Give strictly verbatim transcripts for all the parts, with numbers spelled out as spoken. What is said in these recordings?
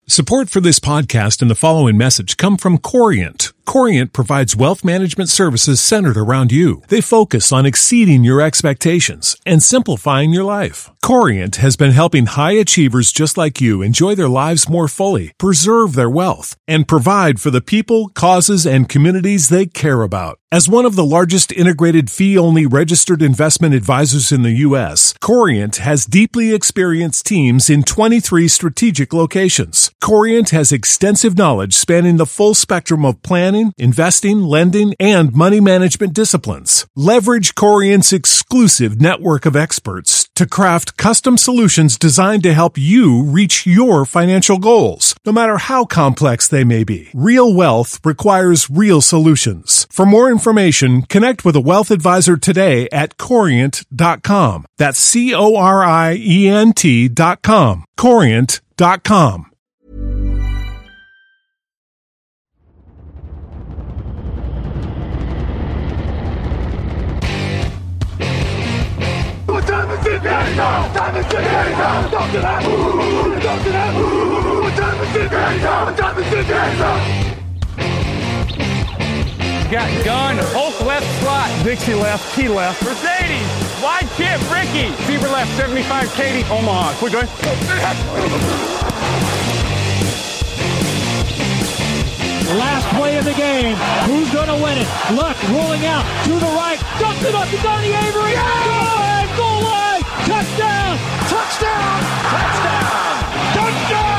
Support for this podcast and the following message come from Corient. Corient provides wealth management services centered around you. They focus on exceeding your expectations and simplifying your life. Corient has been helping high achievers just like you enjoy their lives more fully, preserve their wealth, and provide for the people, causes, and communities they care about. As one of the largest integrated fee-only registered investment advisors in the U S, Corient has deeply experienced teams in twenty-three strategic locations. Corient has extensive knowledge spanning the full spectrum of planning, investing, lending, and money management disciplines. Leverage Corient's exclusive network of experts to craft custom solutions designed to help you reach your financial goals, no matter how complex they may be. Real wealth requires real solutions. For more information, connect with a wealth advisor today at corient dot com. That's C O R I E N T dot com. corient dot com. Got gun, Hulk left slot, Dixie left, T left, Mercedes, wide chip, Ricky, Fever left, seventy-five, Katie, Omaha. We're going. Last play of the game. Who's going to win it? Luck rolling out to the right. Dumps it up to Donnie Avery. Yeah! Goal line, goal line. Touchdown. Touchdown. Touchdown. Touchdown.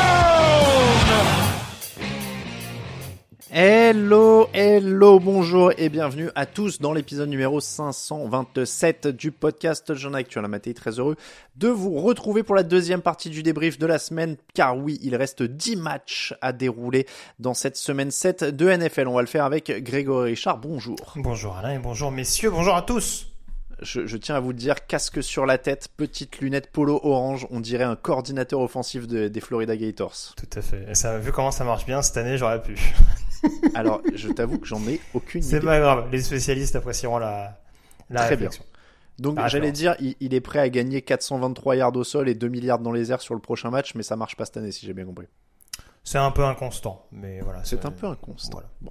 Hello, hello, bonjour et bienvenue à tous dans l'épisode numéro cinq cent vingt-sept du podcast Jeune Actu. La Matéi, très heureux de vous retrouver pour la deuxième partie du débrief de la semaine, car oui, il reste dix matchs à dérouler dans cette semaine sept de N F L. On va le faire avec Grégory Richard. Bonjour. Bonjour Alain et bonjour messieurs, bonjour à tous. Je, je tiens à vous le dire, casque sur la tête, petite lunette polo orange, on dirait un coordinateur offensif de, des Florida Gators. Tout à fait. Et ça, vu comment ça marche bien cette année, j'aurais pu. Alors, je t'avoue que j'en ai aucune C'est idée. C'est pas grave, les spécialistes apprécieront la, la Très réflexion. Bien. Donc, Ah, j'allais dire, il, il est prêt à gagner quatre cent vingt-trois yards au sol et deux milliards dans les airs sur le prochain match, mais ça marche pas cette année, si j'ai bien compris. C'est un peu inconstant, mais voilà. C'est un peu inconstant. Voilà. Bon.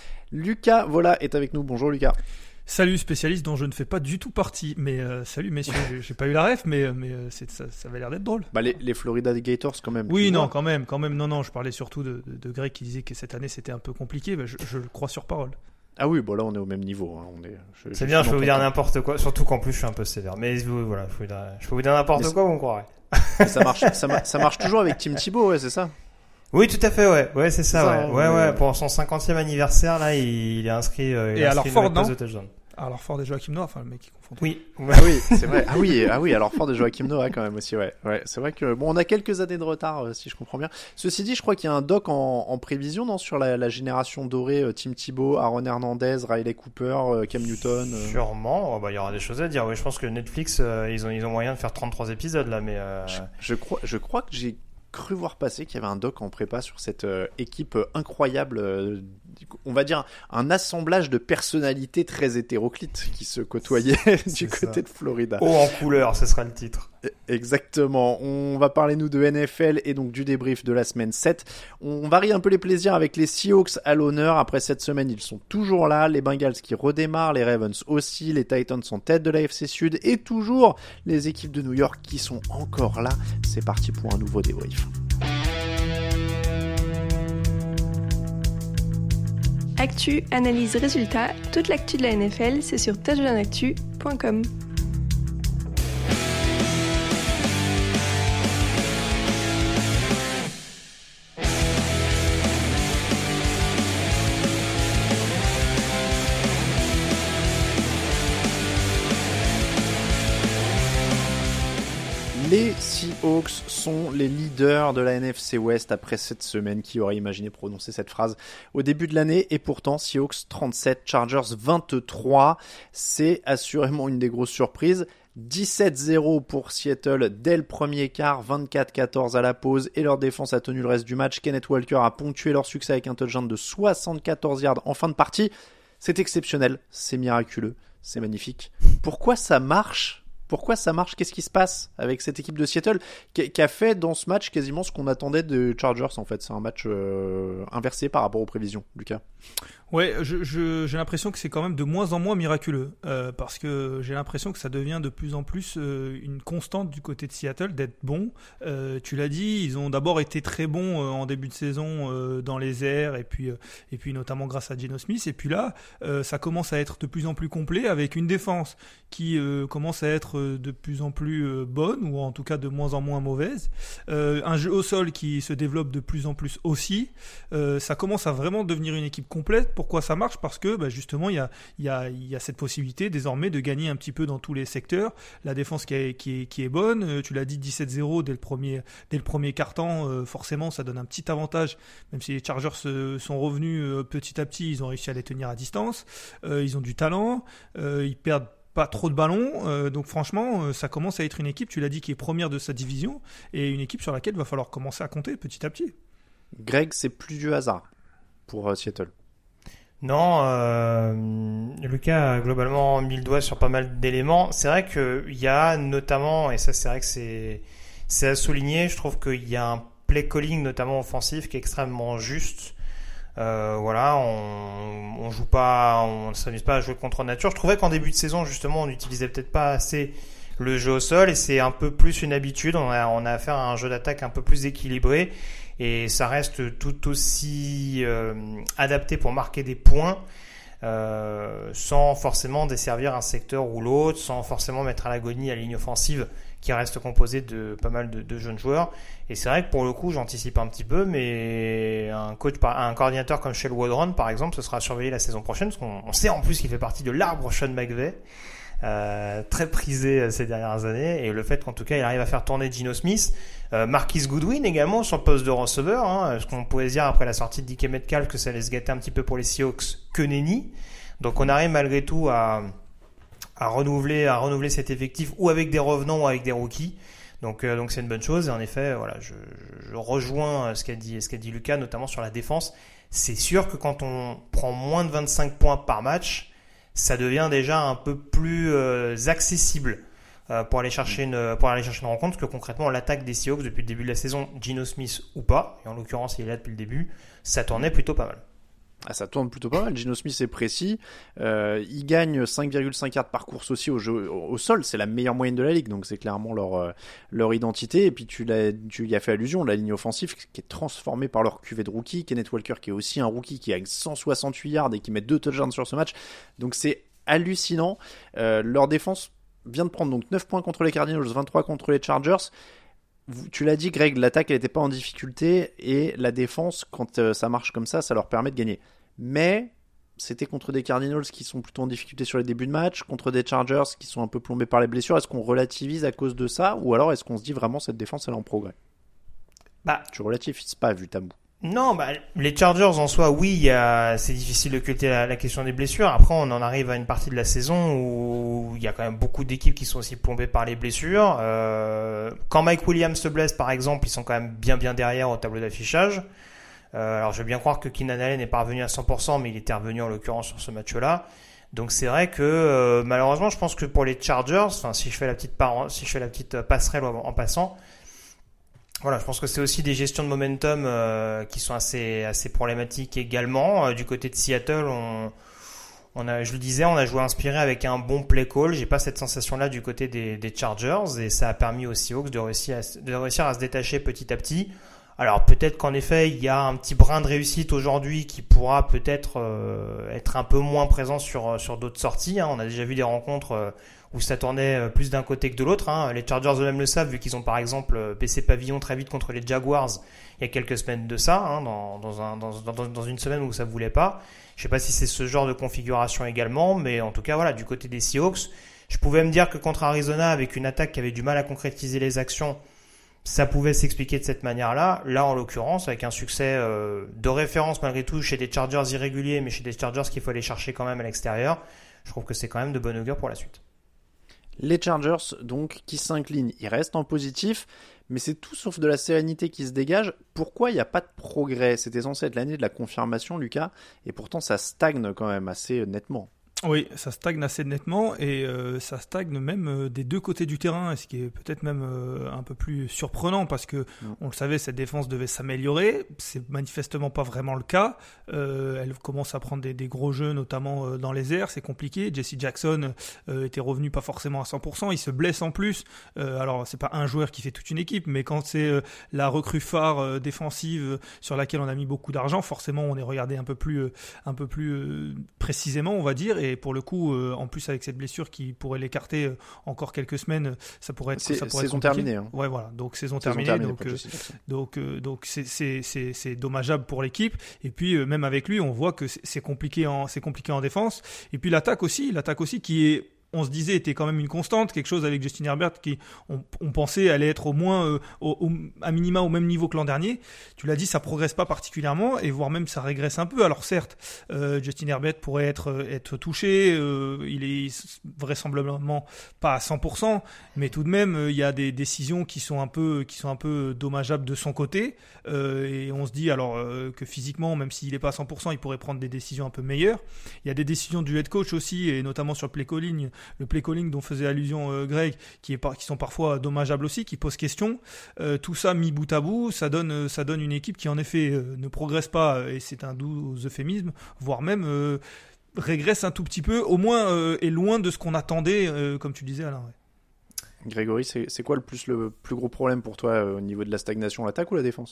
Lucas Vola est avec nous. Bonjour Lucas. Salut spécialiste dont je ne fais pas du tout partie, mais euh, salut messieurs, j'ai, j'ai pas eu la ref, mais, mais euh, c'est, ça, ça avait l'air d'être drôle. Bah les, les Florida Gators quand même. Oui non vois. quand même, quand même, non non, je parlais surtout de, de, de Greg qui disait que cette année c'était un peu compliqué, bah, je, je le crois sur parole. Ah oui, bon là on est au même niveau. Hein. On est, je, c'est je bien, je peux vous dire n'importe quoi, surtout qu'en plus je suis un peu sévère. Mais voilà, je peux vous dire, je peux vous dire n'importe mais quoi, vous me croirez. Ça marche, ça, ça marche toujours avec Tim Tebow, ouais, c'est ça. Oui, tout à fait, ouais, ouais, c'est ça, c'est ça ouais, hein, ouais, mais... ouais. Pour son cinquantième anniversaire là, il, il est inscrit. Euh, il Et est alors inscrit fort non. Alors fort des Joachim Noah, enfin le mec qui confond. Oui, ah oui, c'est vrai. Ah oui, ah oui, alors fort des Joachim Noah quand même aussi, ouais. Ouais, c'est vrai que bon, on a quelques années de retard euh, si je comprends bien. Ceci dit, je crois qu'il y a un doc en, en prévision non sur la, la génération dorée, euh, Tim Tebow, Aaron Hernandez, Riley Cooper, euh, Cam Newton. Euh... Sûrement, oh, bah il y aura des choses à dire. Oui, je pense que Netflix euh, ils ont ils ont moyen de faire trente-trois épisodes là, mais. Euh... Je, je crois, je crois que j'ai cru voir passer qu'il y avait un doc en prépa sur cette euh, équipe euh, incroyable, euh, on va dire un assemblage de personnalités très hétéroclites qui se côtoyaient du côté ça. de Florida. Haut en couleur, ce sera le titre. Exactement. On va parler nous de N F L et donc du débrief de la semaine sept. On varie un peu les plaisirs avec les Seahawks à l'honneur. Après cette semaine, ils sont toujours là. Les Bengals qui redémarrent, les Ravens aussi, les Titans sont tête de la F C Sud et toujours les équipes de New York qui sont encore là. C'est parti pour un nouveau débrief. Actu, analyse, résultat, toute l'actu de la N F L, c'est sur touchdown actu point com. Les Seahawks sont les leaders de la N F C West après cette semaine. Qui aurait imaginé prononcer cette phrase au début de l'année? Et pourtant, Seahawks trente-sept, Chargers vingt-trois. C'est assurément une des grosses surprises. dix-sept zéro pour Seattle dès le premier quart, vingt-quatre quatorze à la pause et leur défense a tenu le reste du match. Kenneth Walker a ponctué leur succès avec un touchdown de soixante-quatorze yards en fin de partie. C'est exceptionnel, c'est miraculeux, c'est magnifique. Pourquoi ça marche Pourquoi ça marche? Qu'est-ce qui se passe avec cette équipe de Seattle qui, qui a fait dans ce match quasiment ce qu'on attendait de Chargers en fait? C'est un match euh, inversé par rapport aux prévisions, Lucas. Ouais, je, je, j'ai l'impression que c'est quand même de moins en moins miraculeux euh, parce que j'ai l'impression que ça devient de plus en plus euh, une constante du côté de Seattle d'être bon. Euh, tu l'as dit, ils ont d'abord été très bons euh, en début de saison euh, dans les airs et puis, euh, et puis notamment grâce à Geno Smith. Et puis là, euh, ça commence à être de plus en plus complet avec une défense qui euh, commence à être de plus en plus euh, bonne ou en tout cas de moins en moins mauvaise. Euh, un jeu au sol qui se développe de plus en plus aussi. Euh, ça commence à vraiment devenir une équipe complète. Pourquoi ça marche? Parce que bah, justement, il y a, y, a, y a cette possibilité désormais de gagner un petit peu dans tous les secteurs. La défense qui est, qui est, qui est bonne, euh, tu l'as dit, dix-sept zéro dès le premier, dès le premier quart-temps, euh, forcément ça donne un petit avantage, même si les Chargers euh, sont revenus euh, petit à petit, ils ont réussi à les tenir à distance, euh, ils ont du talent, euh, ils perdent pas trop de ballons, euh, donc franchement euh, ça commence à être une équipe, tu l'as dit, qui est première de sa division et une équipe sur laquelle il va falloir commencer à compter petit à petit. Greg, c'est plus du hasard pour euh, Seattle. Non, euh, Lucas a globalement mis le doigt sur pas mal d'éléments. C'est vrai qu'il y a notamment, et ça c'est vrai que c'est, c'est à souligner, je trouve qu'il y a un play calling notamment offensif qui est extrêmement juste. Euh, voilà, on, on joue pas, on ne s'amuse pas à jouer contre nature. Je trouvais qu'en début de saison justement on n'utilisait peut-être pas assez le jeu au sol et c'est un peu plus une habitude. On a, on a affaire à un jeu d'attaque un peu plus équilibré. Et ça reste tout aussi euh, adapté pour marquer des points euh, sans forcément desservir un secteur ou l'autre, sans forcément mettre à l'agonie la ligne offensive qui reste composée de pas mal de, de jeunes joueurs. Et c'est vrai que pour le coup, j'anticipe un petit peu, mais un coach, un coordinateur comme Shel Waldron, par exemple, ce sera surveillé la saison prochaine, parce qu'on on sait en plus qu'il fait partie de l'arbre Sean McVay. Euh, très prisé ces dernières années, et le fait qu'en tout cas il arrive à faire tourner Geno Smith, euh, Marquise Goodwin également sur le poste de receveur, hein, ce qu'on pouvait dire après la sortie de D K Metcalf que ça allait se gâter un petit peu pour les Seahawks, que nenni. Donc on arrive malgré tout à, à renouveler, à renouveler cet effectif ou avec des revenants ou avec des rookies. Donc euh, donc c'est une bonne chose. Et en effet, voilà, je, je rejoins ce qu'a dit ce qu'a dit Lucas, notamment sur la défense. C'est sûr que quand on prend moins de vingt-cinq points par match, ça devient déjà un peu plus euh, accessible euh, pour aller chercher une pour aller chercher une rencontre, parce que concrètement l'attaque des Seahawks depuis le début de la saison, Geno Smith ou pas, et en l'occurrence il est là depuis le début, ça tournait plutôt pas mal. Ah, ça tourne plutôt pas mal. Geno Smith est précis. Euh, il gagne cinq virgule cinq yards par course aussi au, jeu, au, au sol. C'est la meilleure moyenne de la ligue, donc c'est clairement leur, euh, leur identité. Et puis tu, l'as, tu y as fait allusion, la ligne offensive qui est transformée par leur cuvée de rookie. Kenneth Walker qui est aussi un rookie qui a cent soixante-huit yards et qui met deux touchdowns sur ce match. Donc c'est hallucinant. Euh, leur défense vient de prendre donc neuf points contre les Cardinals, vingt-trois contre les Chargers. Tu l'as dit, Greg, l'attaque elle n'était pas en difficulté et la défense, quand euh, ça marche comme ça, ça leur permet de gagner. Mais c'était contre des Cardinals qui sont plutôt en difficulté sur les débuts de match, contre des Chargers qui sont un peu plombés par les blessures. Est-ce qu'on relativise à cause de ça, ou alors est-ce qu'on se dit vraiment cette défense elle est en progrès? Bah, tu relativises pas vu ta moue. Non, bah, les Chargers en soi, oui, il y a, c'est difficile d'occulter la, la question des blessures. Après, on en arrive à une partie de la saison où il y a quand même beaucoup d'équipes qui sont aussi plombées par les blessures. Euh, quand Mike Williams se blesse, par exemple, ils sont quand même bien bien derrière au tableau d'affichage. Euh, alors, je veux bien croire que Keenan Allen n'est pas revenu à cent pour cent, mais il était revenu en l'occurrence sur ce match-là. Donc, c'est vrai que euh, malheureusement, je pense que pour les Chargers, enfin, si je fais la petite par- si je fais la petite passerelle en, en passant. Voilà, je pense que c'est aussi des gestions de momentum euh, qui sont assez assez problématiques également. Euh, du côté de Seattle, on, on a, je le disais, on a joué inspiré avec un bon play call. J'ai pas cette sensation-là du côté des, des Chargers et ça a permis aux Seahawks de réussir à, de réussir à se détacher petit à petit. Alors peut-être qu'en effet, il y a un petit brin de réussite aujourd'hui qui pourra peut-être euh, être un peu moins présent sur sur d'autres sorties. Hein. On a déjà vu des rencontres euh, où ça tournait plus d'un côté que de l'autre. Hein. Les Chargers eux-mêmes le savent, vu qu'ils ont par exemple baissé pavillon très vite contre les Jaguars il y a quelques semaines de ça, hein, dans, dans, un, dans, dans, dans une semaine où ça ne voulait pas. Je ne sais pas si c'est ce genre de configuration également, mais en tout cas, voilà, du côté des Seahawks, je pouvais me dire que contre Arizona, avec une attaque qui avait du mal à concrétiser les actions, ça pouvait s'expliquer de cette manière-là. Là, en l'occurrence, avec un succès euh, de référence malgré tout chez des Chargers irréguliers, mais chez des Chargers qu'il faut aller chercher quand même à l'extérieur, je trouve que c'est quand même de bon augure pour la suite. Les Chargers, donc, qui s'inclinent, ils restent en positif, mais c'est tout sauf de la sérénité qui se dégage. Pourquoi il n'y a pas de progrès? C'était censé être l'année de la confirmation, Lucas, et pourtant ça stagne quand même assez nettement. Oui, ça stagne assez nettement et euh, ça stagne même euh, des deux côtés du terrain, ce qui est peut-être même euh, un peu plus surprenant parce que mmh. on le savait, cette défense devait s'améliorer. C'est manifestement pas vraiment le cas. Euh, elle commence à prendre des, des gros jeux, notamment euh, dans les airs, c'est compliqué. Jesse Jackson euh, était revenu pas forcément à cent pour cent, il se blesse en plus. Euh, alors c'est pas un joueur qui fait toute une équipe, mais quand c'est euh, la recrue phare euh, défensive euh, sur laquelle on a mis beaucoup d'argent, forcément on est regardé un peu plus, euh, un peu plus euh, précisément, on va dire. Et Et pour le coup, euh, en plus avec cette blessure qui pourrait l'écarter euh, encore quelques semaines, ça pourrait être, c'est, ça pourrait saison être terminée. Hein. Ouais, voilà. Donc saison, saison terminée. terminée donc, euh, donc, euh, donc c'est, c'est, c'est, c'est dommageable pour l'équipe. Et puis euh, même avec lui, on voit que c'est, c'est compliqué en, c'est compliqué en défense. Et puis l'attaque aussi, l'attaque aussi qui est, on se disait, était quand même une constante, quelque chose avec Justin Herbert qui, on, on pensait allait être au moins, euh, au, au, à minima au même niveau que l'an dernier. Tu l'as dit, ça progresse pas particulièrement et voire même ça régresse un peu. Alors certes, euh, Justin Herbert pourrait être, être touché, euh, il est vraisemblablement pas à cent pour cent, mais tout de même, il euh, y a des décisions qui sont un peu, qui sont un peu dommageables de son côté. Euh, et on se dit alors euh, que physiquement, même s'il est pas à cent pour cent, il pourrait prendre des décisions un peu meilleures. Il y a des décisions du head coach aussi, et notamment sur le play calling. Le play calling dont faisait allusion euh, Greg, qui, est par, qui sont parfois dommageables aussi, qui posent question. Euh, tout ça mis bout à bout, ça donne, euh, ça donne une équipe qui en effet euh, ne progresse pas, euh, et c'est un doux euphémisme, voire même euh, régresse un tout petit peu, au moins euh, est loin de ce qu'on attendait, euh, comme tu disais Alain. Ouais. Grégory, c'est, c'est quoi le plus, le plus gros problème pour toi euh, au niveau de la stagnation, l'attaque ou la défense ?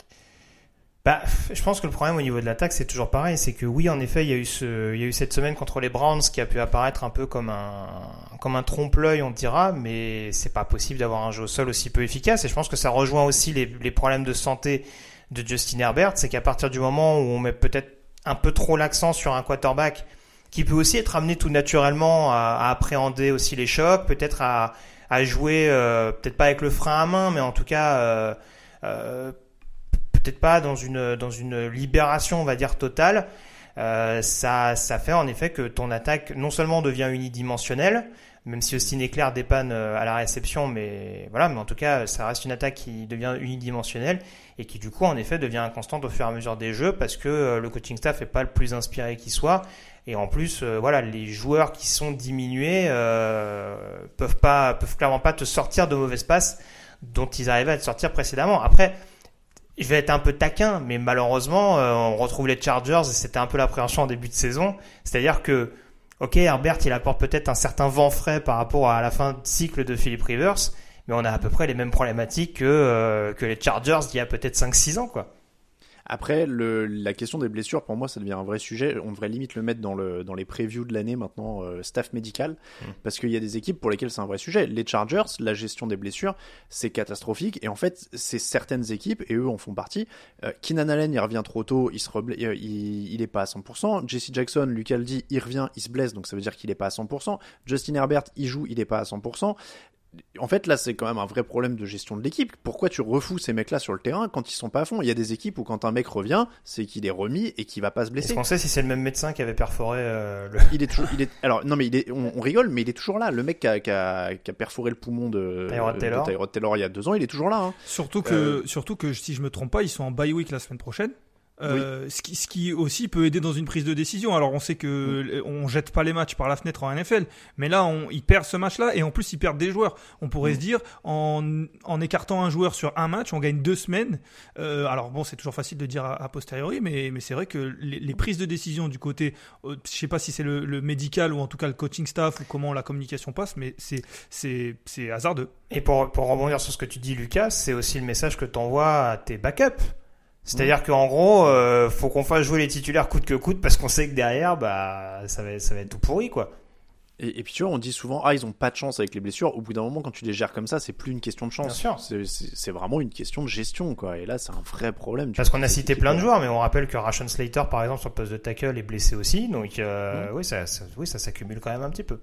Bah, je pense que le problème au niveau de l'attaque, c'est toujours pareil. C'est que oui, en effet, il y a eu ce, il y a eu cette semaine contre les Browns qui a pu apparaître un peu comme un, comme un trompe-l'œil, on dira, mais c'est pas possible d'avoir un jeu au sol aussi peu efficace. Et je pense que ça rejoint aussi les, les problèmes de santé de Justin Herbert. C'est qu'à partir du moment où on met peut-être un peu trop l'accent sur un quarterback qui peut aussi être amené tout naturellement à, à appréhender aussi les chocs, peut-être à, à jouer, euh, peut-être pas avec le frein à main, mais en tout cas, euh, euh, peut-être pas dans une dans une libération, on va dire, totale. Euh, ça ça fait en effet que ton attaque non seulement devient unidimensionnelle, même si Austin Ekeler dépanne à la réception, mais voilà, mais en tout cas ça reste une attaque qui devient unidimensionnelle et qui du coup en effet devient inconstante au fur et à mesure des jeux parce que le coaching staff est pas le plus inspiré qui soit. Et en plus, euh, voilà, les joueurs qui sont diminués euh, peuvent pas peuvent clairement pas te sortir de mauvaises passes dont ils arrivaient à te sortir précédemment. Après, je vais être un peu taquin, mais malheureusement, euh, on retrouve les Chargers et c'était un peu l'appréhension en début de saison. C'est-à-dire que, ok, Herbert, il apporte peut-être un certain vent frais par rapport à la fin de cycle de Philip Rivers, mais on a à peu près les mêmes problématiques que, euh, que les Chargers il y a peut-être cinq six ans, quoi. Après, le, la question des blessures, pour moi, ça devient un vrai sujet. On devrait limite le mettre dans, le, dans les previews de l'année maintenant, euh, staff médical, mmh. parce qu'il y a des équipes pour lesquelles c'est un vrai sujet. Les Chargers, la gestion des blessures, c'est catastrophique. Et en fait, c'est certaines équipes, et eux en font partie. Euh, Keenan Allen, il revient trop tôt, il se rebla... euh, il, il est pas à cent pour cent. Jesse Jackson, Lucas le dit, il revient, il se blesse, donc ça veut dire qu'il est pas à cent pour cent. Justin Herbert, il joue, il est pas à cent pour cent. En fait, là, c'est quand même un vrai problème de gestion de l'équipe. Pourquoi tu refous ces mecs-là sur le terrain quand ils sont pas à fond ? Il y a des équipes où quand un mec revient, c'est qu'il est remis et qu'il va pas se blesser. Est-ce qu'on sait si c'est le même médecin qui avait perforé euh, le... Il est toujours, il est, alors, non, mais il est, on, on rigole, mais il est toujours là. Le mec qui a, qui a, qui a perforé le poumon de Tyrod Taylor. de Tyrod Taylor il y a deux ans, il est toujours là. Hein. Surtout que, euh... surtout que, si je me trompe pas, ils sont en bye week la semaine prochaine. Euh, oui. ce, qui, ce qui aussi peut aider dans une prise de décision. Alors on sait que mmh. on jette pas les matchs par la fenêtre en N F L, mais là on, ils perdent ce match-là et en plus ils perdent des joueurs. On pourrait mmh. se dire en, en écartant un joueur sur un match, on gagne deux semaines. Euh, alors bon, c'est toujours facile de dire a, a posteriori, mais, mais c'est vrai que les, les prises de décision du côté, euh, je sais pas si c'est le, le médical ou en tout cas le coaching staff ou comment la communication passe, mais c'est c'est c'est hasardeux. Et pour pour rebondir sur ce que tu dis, Lucas, c'est aussi le message que t'envoies à tes backups. C'est-à-dire qu'en gros, euh, faut qu'on fasse jouer les titulaires coûte que coûte parce qu'on sait que derrière, bah, ça va, ça va être tout pourri, quoi. Et, et puis tu vois, on dit souvent, ah, ils ont pas de chance avec les blessures. Au bout d'un moment, quand tu les gères comme ça, c'est plus une question de chance. Bien sûr. C'est, c'est, c'est vraiment une question de gestion, quoi. Et là, c'est un vrai problème. Parce qu'on a cité plein de joueurs, mais on rappelle que Rashawn Slater, par exemple, sur le poste de tackle, est blessé aussi. Donc, euh, mmh. oui, ça, ça, oui, ça s'accumule quand même un petit peu.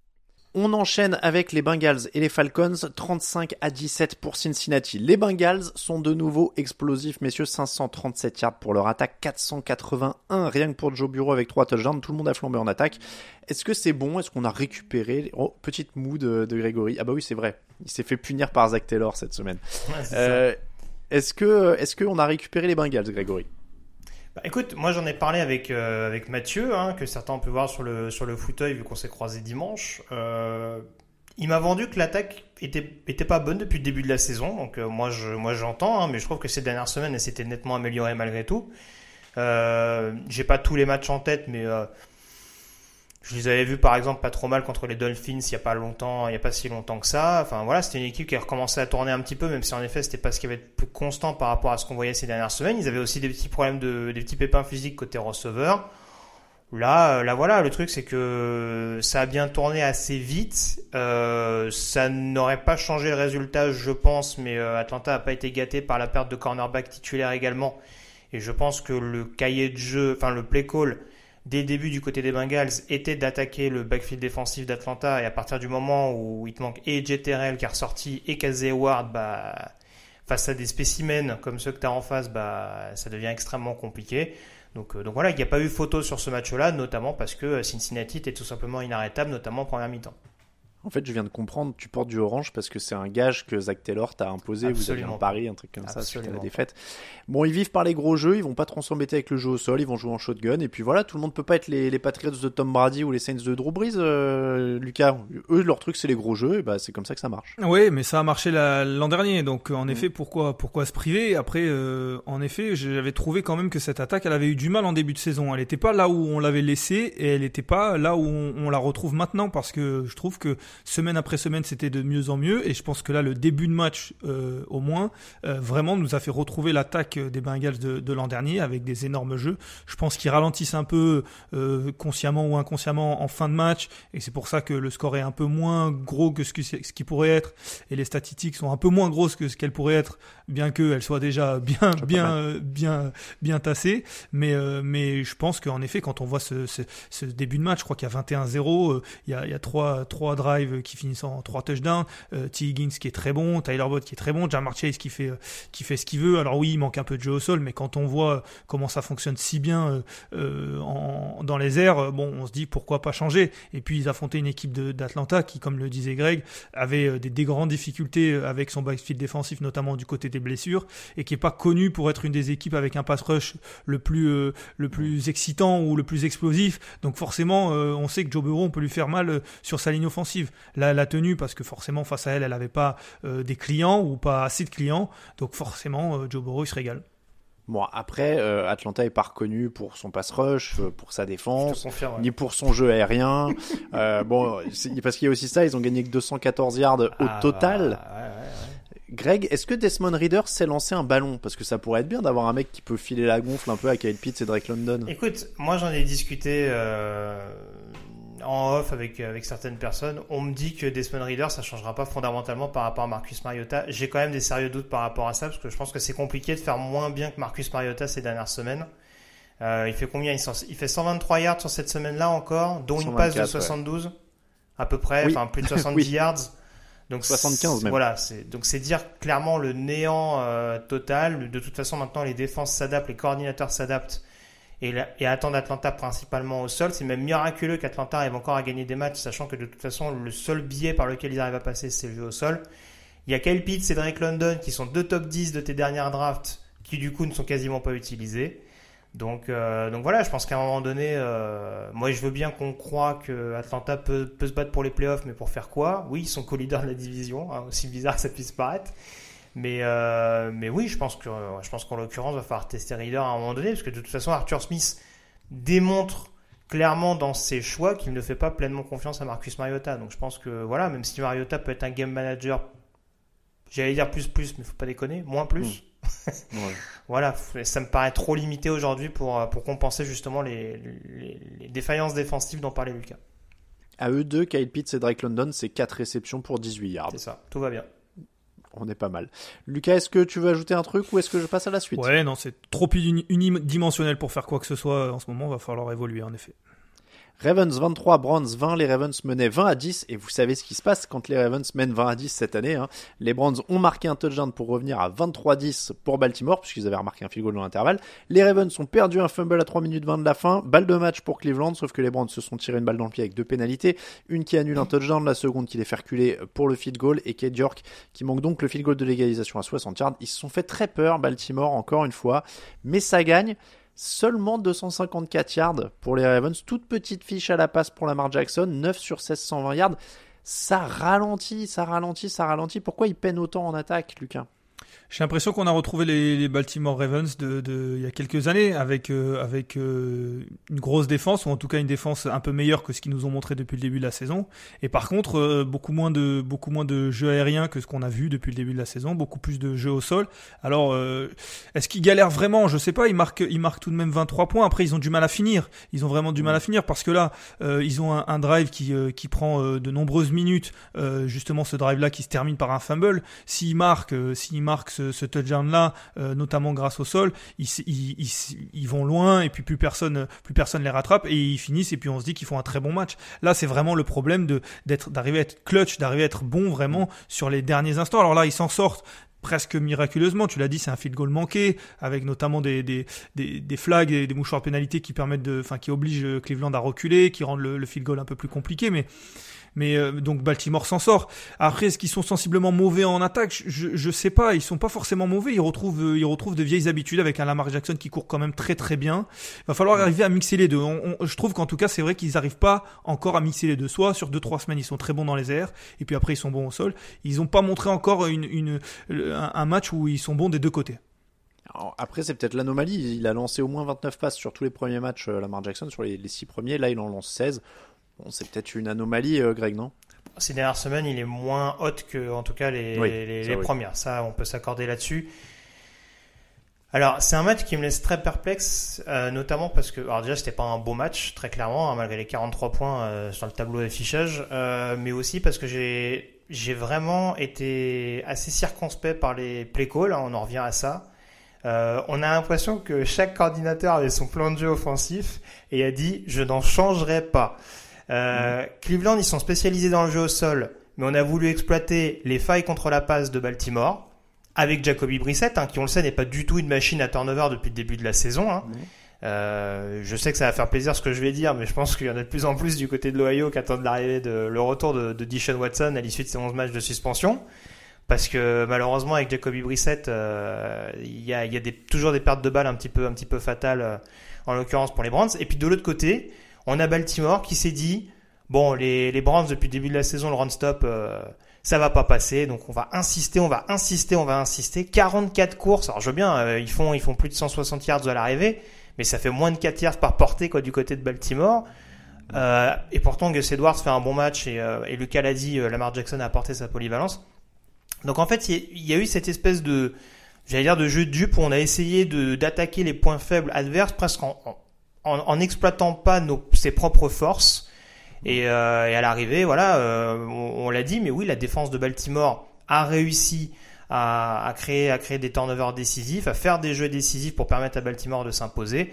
On enchaîne avec les Bengals et les Falcons, trente-cinq à dix-sept pour Cincinnati. Les Bengals sont de nouveau explosifs, messieurs, cinq cent trente-sept yards pour leur attaque, quatre cent quatre-vingt-un rien que pour Joe Burrow avec trois touchdowns. Tout le monde a flambé en attaque. Est-ce que c'est bon ? Est-ce qu'on a récupéré... Oh, petite moue de, de Grégory. Ah bah oui, c'est vrai. Il s'est fait punir par Zach Taylor cette semaine. Ouais, c'est euh, ça. Est-ce que, est-ce qu'on a récupéré les Bengals, Grégory ? Bah, écoute, moi j'en ai parlé avec, euh, avec Mathieu, hein, que certains ont pu voir sur le, sur le fauteuil vu qu'on s'est croisé dimanche. Euh, il m'a vendu que l'attaque était, était pas bonne depuis le début de la saison, donc euh, moi, je, moi j'entends, hein, mais je trouve que ces dernières semaines elle s'était nettement améliorée malgré tout. Euh, j'ai pas tous les matchs en tête, mais euh, je les avais vus par exemple pas trop mal contre les Dolphins il y a pas longtemps, il y a pas si longtemps que ça. Enfin voilà, c'était une équipe qui a recommencé à tourner un petit peu, même si en effet c'était pas ce qui avait été plus constant par rapport à ce qu'on voyait ces dernières semaines. Ils avaient aussi des petits problèmes de, des petits pépins physiques côté receveur. Là, là voilà, le truc c'est que ça a bien tourné assez vite. Euh, ça n'aurait pas changé le résultat, je pense, mais euh, Atlanta a pas été gâté par la perte de cornerback titulaire également. Et je pense que le cahier de jeu, enfin le play call dès le début du côté des Bengals était d'attaquer le backfield défensif d'Atlanta, et à partir du moment où il te manque et J T R L qui est ressorti et Casey Hayward, bah, face à des spécimens comme ceux que tu as en face, bah, ça devient extrêmement compliqué. Donc, euh, donc voilà, il n'y a pas eu photo sur ce match-là, notamment parce que Cincinnati était tout simplement inarrêtable, notamment en première mi-temps. En fait, je viens de comprendre, tu portes du orange parce que c'est un gage que Zach Taylor t'a imposé. Absolument. Vous avez un pari, un truc comme Absolument. Ça, suite à la défaite. Bon, ils vivent par les gros jeux, ils vont pas trop s'embêter avec le jeu au sol, ils vont jouer en shotgun. Et puis voilà, tout le monde peut pas être les, les Patriots de Tom Brady ou les Saints de Drew Brees, euh, Lucas. Eux, leur truc, c'est les gros jeux, et bah, c'est comme ça que ça marche. Oui, mais ça a marché la, l'an dernier. Donc, en mmh. effet, pourquoi, pourquoi se priver? Après, euh, en effet, j'avais trouvé quand même que cette attaque, elle avait eu du mal en début de saison. Elle était pas là où on l'avait laissée, et elle était pas là où on, on la retrouve maintenant, parce que je trouve que semaine après semaine, c'était de mieux en mieux, et je pense que là le début de match euh, au moins euh, vraiment nous a fait retrouver l'attaque des Bengals de, de l'an dernier avec des énormes jeux. Je pense qu'ils ralentissent un peu euh, consciemment ou inconsciemment en fin de match, et c'est pour ça que le score est un peu moins gros que ce, que, ce qui pourrait être, et les statistiques sont un peu moins grosses que ce qu'elles pourraient être, bien qu'elles soient déjà bien bien euh, bien bien tassées, mais euh, mais je pense qu'en effet quand on voit ce, ce, ce début de match, je crois qu'il y a vingt et un zéro, euh, il y a il y a trois trois drives qui finissent en trois touchdowns, euh, T. Higgins qui est très bon, Tyler Boyd qui est très bon, Ja'Marr Chase qui fait, euh, qui fait ce qu'il veut. Alors oui, il manque un peu de jeu au sol, mais quand on voit comment ça fonctionne si bien euh, euh, en, dans les airs, bon, on se dit pourquoi pas changer. Et puis ils affrontaient une équipe de, d'Atlanta qui, comme le disait Greg, avait des, des grandes difficultés avec son backfield défensif, notamment du côté des blessures, et qui est pas connue pour être une des équipes avec un pass rush le plus, euh, le plus excitant ou le plus explosif. Donc forcément, euh, on sait que Joe Burrow, on peut lui faire mal euh, sur sa ligne offensive. La, la tenue, parce que forcément face à elle, elle n'avait pas euh, des clients ou pas assez de clients, donc forcément euh, Joe Burrow il se régale. Bon, après, euh, Atlanta est pas reconnu pour son pass rush, euh, pour sa défense, confirme, ouais. ni pour son jeu aérien. euh, bon, c'est, parce qu'il y a aussi ça, ils ont gagné que deux cent quatorze yards au ah, total. Ouais, ouais, ouais. Greg, est-ce que Desmond Ridder sait lancer un ballon? Parce que ça pourrait être bien d'avoir un mec qui peut filer la gonfle un peu à Kyle Pitts et Drake London. Écoute, moi j'en ai discuté euh, en off avec, avec certaines personnes. On me dit que Desmond Ridder, ça changera pas fondamentalement par rapport à Marcus Mariota. J'ai quand même des sérieux doutes par rapport à ça, parce que je pense que c'est compliqué de faire moins bien que Marcus Mariota ces dernières semaines. Euh, il fait combien? il, il fait cent vingt-trois yards sur cette semaine-là encore, dont une passe de soixante-douze, ouais. à peu près, oui. enfin plus de soixante-dix oui. yards. Donc soixante-quinze même. Voilà, c'est, donc c'est dire clairement le néant euh, total. De toute façon, maintenant, les défenses s'adaptent, les coordinateurs s'adaptent, et, la, et attendent Atlanta principalement au sol. C'est même miraculeux qu'Atlanta arrive encore à gagner des matchs, sachant que de toute façon, le seul biais par lequel ils arrivent à passer, c'est le jeu au sol. Il y a Kyle Pitts et Drake London qui sont deux top dix de tes dernières drafts, qui du coup ne sont quasiment pas utilisés. Donc, euh, donc voilà, je pense qu'à un moment donné, euh, moi je veux bien qu'on croit que Atlanta peut, peut se battre pour les playoffs, mais pour faire quoi? Oui, ils sont co-leaders de la division, hein, aussi bizarre que ça puisse paraître. Mais, euh, mais oui, je pense, que, je pense qu'en l'occurrence, il va falloir tester Ridder à un moment donné, parce que de toute façon, Arthur Smith démontre clairement dans ses choix qu'il ne fait pas pleinement confiance à Marcus Mariota. Donc je pense que voilà, même si Mariota peut être un game manager, j'allais dire plus plus, mais faut pas déconner, moins plus. Mmh. Ouais. Voilà, ça me paraît trop limité aujourd'hui pour, pour compenser justement les, les, les défaillances défensives dont parlait Lucas. À eux deux, Kyle Pitts et Drake London, c'est quatre réceptions pour dix-huit yards. C'est ça, tout va bien. On est pas mal. Lucas, est-ce que tu veux ajouter un truc ou est-ce que je passe à la suite? Ouais, non, c'est trop unidimensionnel pour faire quoi que ce soit en ce moment, va falloir évoluer en effet. Ravens vingt-trois, Browns vingt, les Ravens menaient vingt à dix, et vous savez ce qui se passe quand les Ravens mènent vingt à dix cette année, hein. Les Browns ont marqué un touchdown pour revenir à vingt-trois à dix pour Baltimore, puisqu'ils avaient remarqué un field goal dans l'intervalle. Les Ravens ont perdu un fumble à trois minutes vingt de la fin, balle de match pour Cleveland, sauf que les Browns se sont tirés une balle dans le pied avec deux pénalités, une qui annule un touchdown, la seconde qui les fait reculer pour le field goal, et Cade York qui manque donc le field goal de l'égalisation à soixante yards. Ils se sont fait très peur, Baltimore, encore une fois, mais ça gagne. Seulement deux cent cinquante-quatre yards pour les Ravens. Toute petite fiche à la passe pour Lamar Jackson. neuf sur seize, cent vingt yards. Ça ralentit, ça ralentit, ça ralentit. Pourquoi ils peinent autant en attaque, Lucas ? J'ai l'impression qu'on a retrouvé les, les Baltimore Ravens de, de il y a quelques années avec euh, avec euh, une grosse défense, ou en tout cas une défense un peu meilleure que ce qu'ils nous ont montré depuis le début de la saison. Et par contre, euh, beaucoup moins de beaucoup moins de jeux aériens que ce qu'on a vu depuis le début de la saison, beaucoup plus de jeux au sol. Alors, euh, est-ce qu'ils galèrent vraiment ? Je sais pas. Ils marquent ils marquent tout de même vingt-trois points. Après, ils ont du mal à finir. Ils ont vraiment du mal à finir parce que là, euh, ils ont un, un drive qui euh, qui prend euh, de nombreuses minutes. Euh, justement, ce drive-là qui se termine par un fumble. S'ils marquent, euh, s'ils marquent ce, ce touchdown-là, euh, notamment grâce au sol, ils, ils, ils, ils vont loin et puis plus personne, plus personne les rattrape et ils finissent et puis on se dit qu'ils font un très bon match. Là, c'est vraiment le problème de d'être, d'arriver à être clutch, d'arriver à être bon vraiment sur les derniers instants. Alors là, ils s'en sortent presque miraculeusement. Tu l'as dit, c'est un field goal manqué avec notamment des des des, des flags et des mouchoirs de pénalité qui permettent de, enfin qui obligent Cleveland à reculer, qui rendent le, le field goal un peu plus compliqué, mais Mais euh, donc Baltimore s'en sort. Après, est-ce qu'ils sont sensiblement mauvais en attaque ? Je je sais pas. Ils sont pas forcément mauvais. Ils retrouvent euh, ils retrouvent de vieilles habitudes avec un Lamar Jackson qui court quand même très très bien. Il va falloir arriver à mixer les deux. On, on, je trouve qu'en tout cas, c'est vrai qu'ils n'arrivent pas encore à mixer les deux. Soit sur deux trois semaines, ils sont très bons dans les airs, et puis après ils sont bons au sol. Ils ont pas montré encore une une un, un match où ils sont bons des deux côtés. Alors après, c'est peut-être l'anomalie. Il a lancé au moins vingt-neuf passes sur tous les premiers matchs, euh, Lamar Jackson, sur les, les six premiers. Là, il en lance seize. Bon, c'est peut-être une anomalie, euh, Greg, non ? Ces dernières semaines, il est moins hot que, en tout cas, les, oui, les, ça, les oui. premières. Ça, on peut s'accorder là-dessus. Alors, c'est un match qui me laisse très perplexe, euh, notamment parce que, alors déjà, c'était pas un beau match, très clairement, hein, malgré les quarante-trois points euh, sur le tableau d'affichage, euh, mais aussi parce que j'ai, j'ai vraiment été assez circonspect par les play calls, hein, on en revient à ça. Euh, on a l'impression que chaque coordinateur avait son plan de jeu offensif et a dit « je n'en changerai pas ». Euh, mmh. Cleveland, ils sont spécialisés dans le jeu au sol, mais on a voulu exploiter les failles contre la passe de Baltimore avec Jacoby Brissett, hein, qui on le sait n'est pas du tout une machine à turnover depuis le début de la saison. Hein. Mmh. Euh, je sais que ça va faire plaisir ce que je vais dire, mais je pense qu'il y en a de plus en plus du côté de l'Ohio qui attendent l'arrivée de le retour de, de Deshaun Watson à l'issue de ces onze matchs de suspension. Parce que malheureusement avec Jacoby Brissett, euh, il y a, il y a des, toujours des pertes de balles un petit peu, un petit peu fatales, euh, en l'occurrence pour les Browns. Et puis de l'autre côté, on a Baltimore qui s'est dit bon, les, les Browns depuis le début de la saison, le run stop, euh, ça va pas passer, donc on va insister, on va insister, on va insister. quarante-quatre courses, alors je veux bien, euh, ils font ils font plus de cent soixante yards à l'arrivée, mais ça fait moins de quatre yards par portée quoi du côté de Baltimore. Euh, et pourtant Gus Edwards fait un bon match et, euh, et Lucas l'a dit, euh, Lamar Jackson a apporté sa polyvalence. Donc en fait, il y a eu cette espèce de, j'allais dire, de jeu de dupe où on a essayé de d'attaquer les points faibles adverses presque en en, en exploitant pas nos ses propres forces. Et, euh, et à l'arrivée, voilà, euh, on, on l'a dit, mais oui, la défense de Baltimore a réussi à, à créer à créer des turnovers décisifs, à faire des jeux décisifs pour permettre à Baltimore de s'imposer.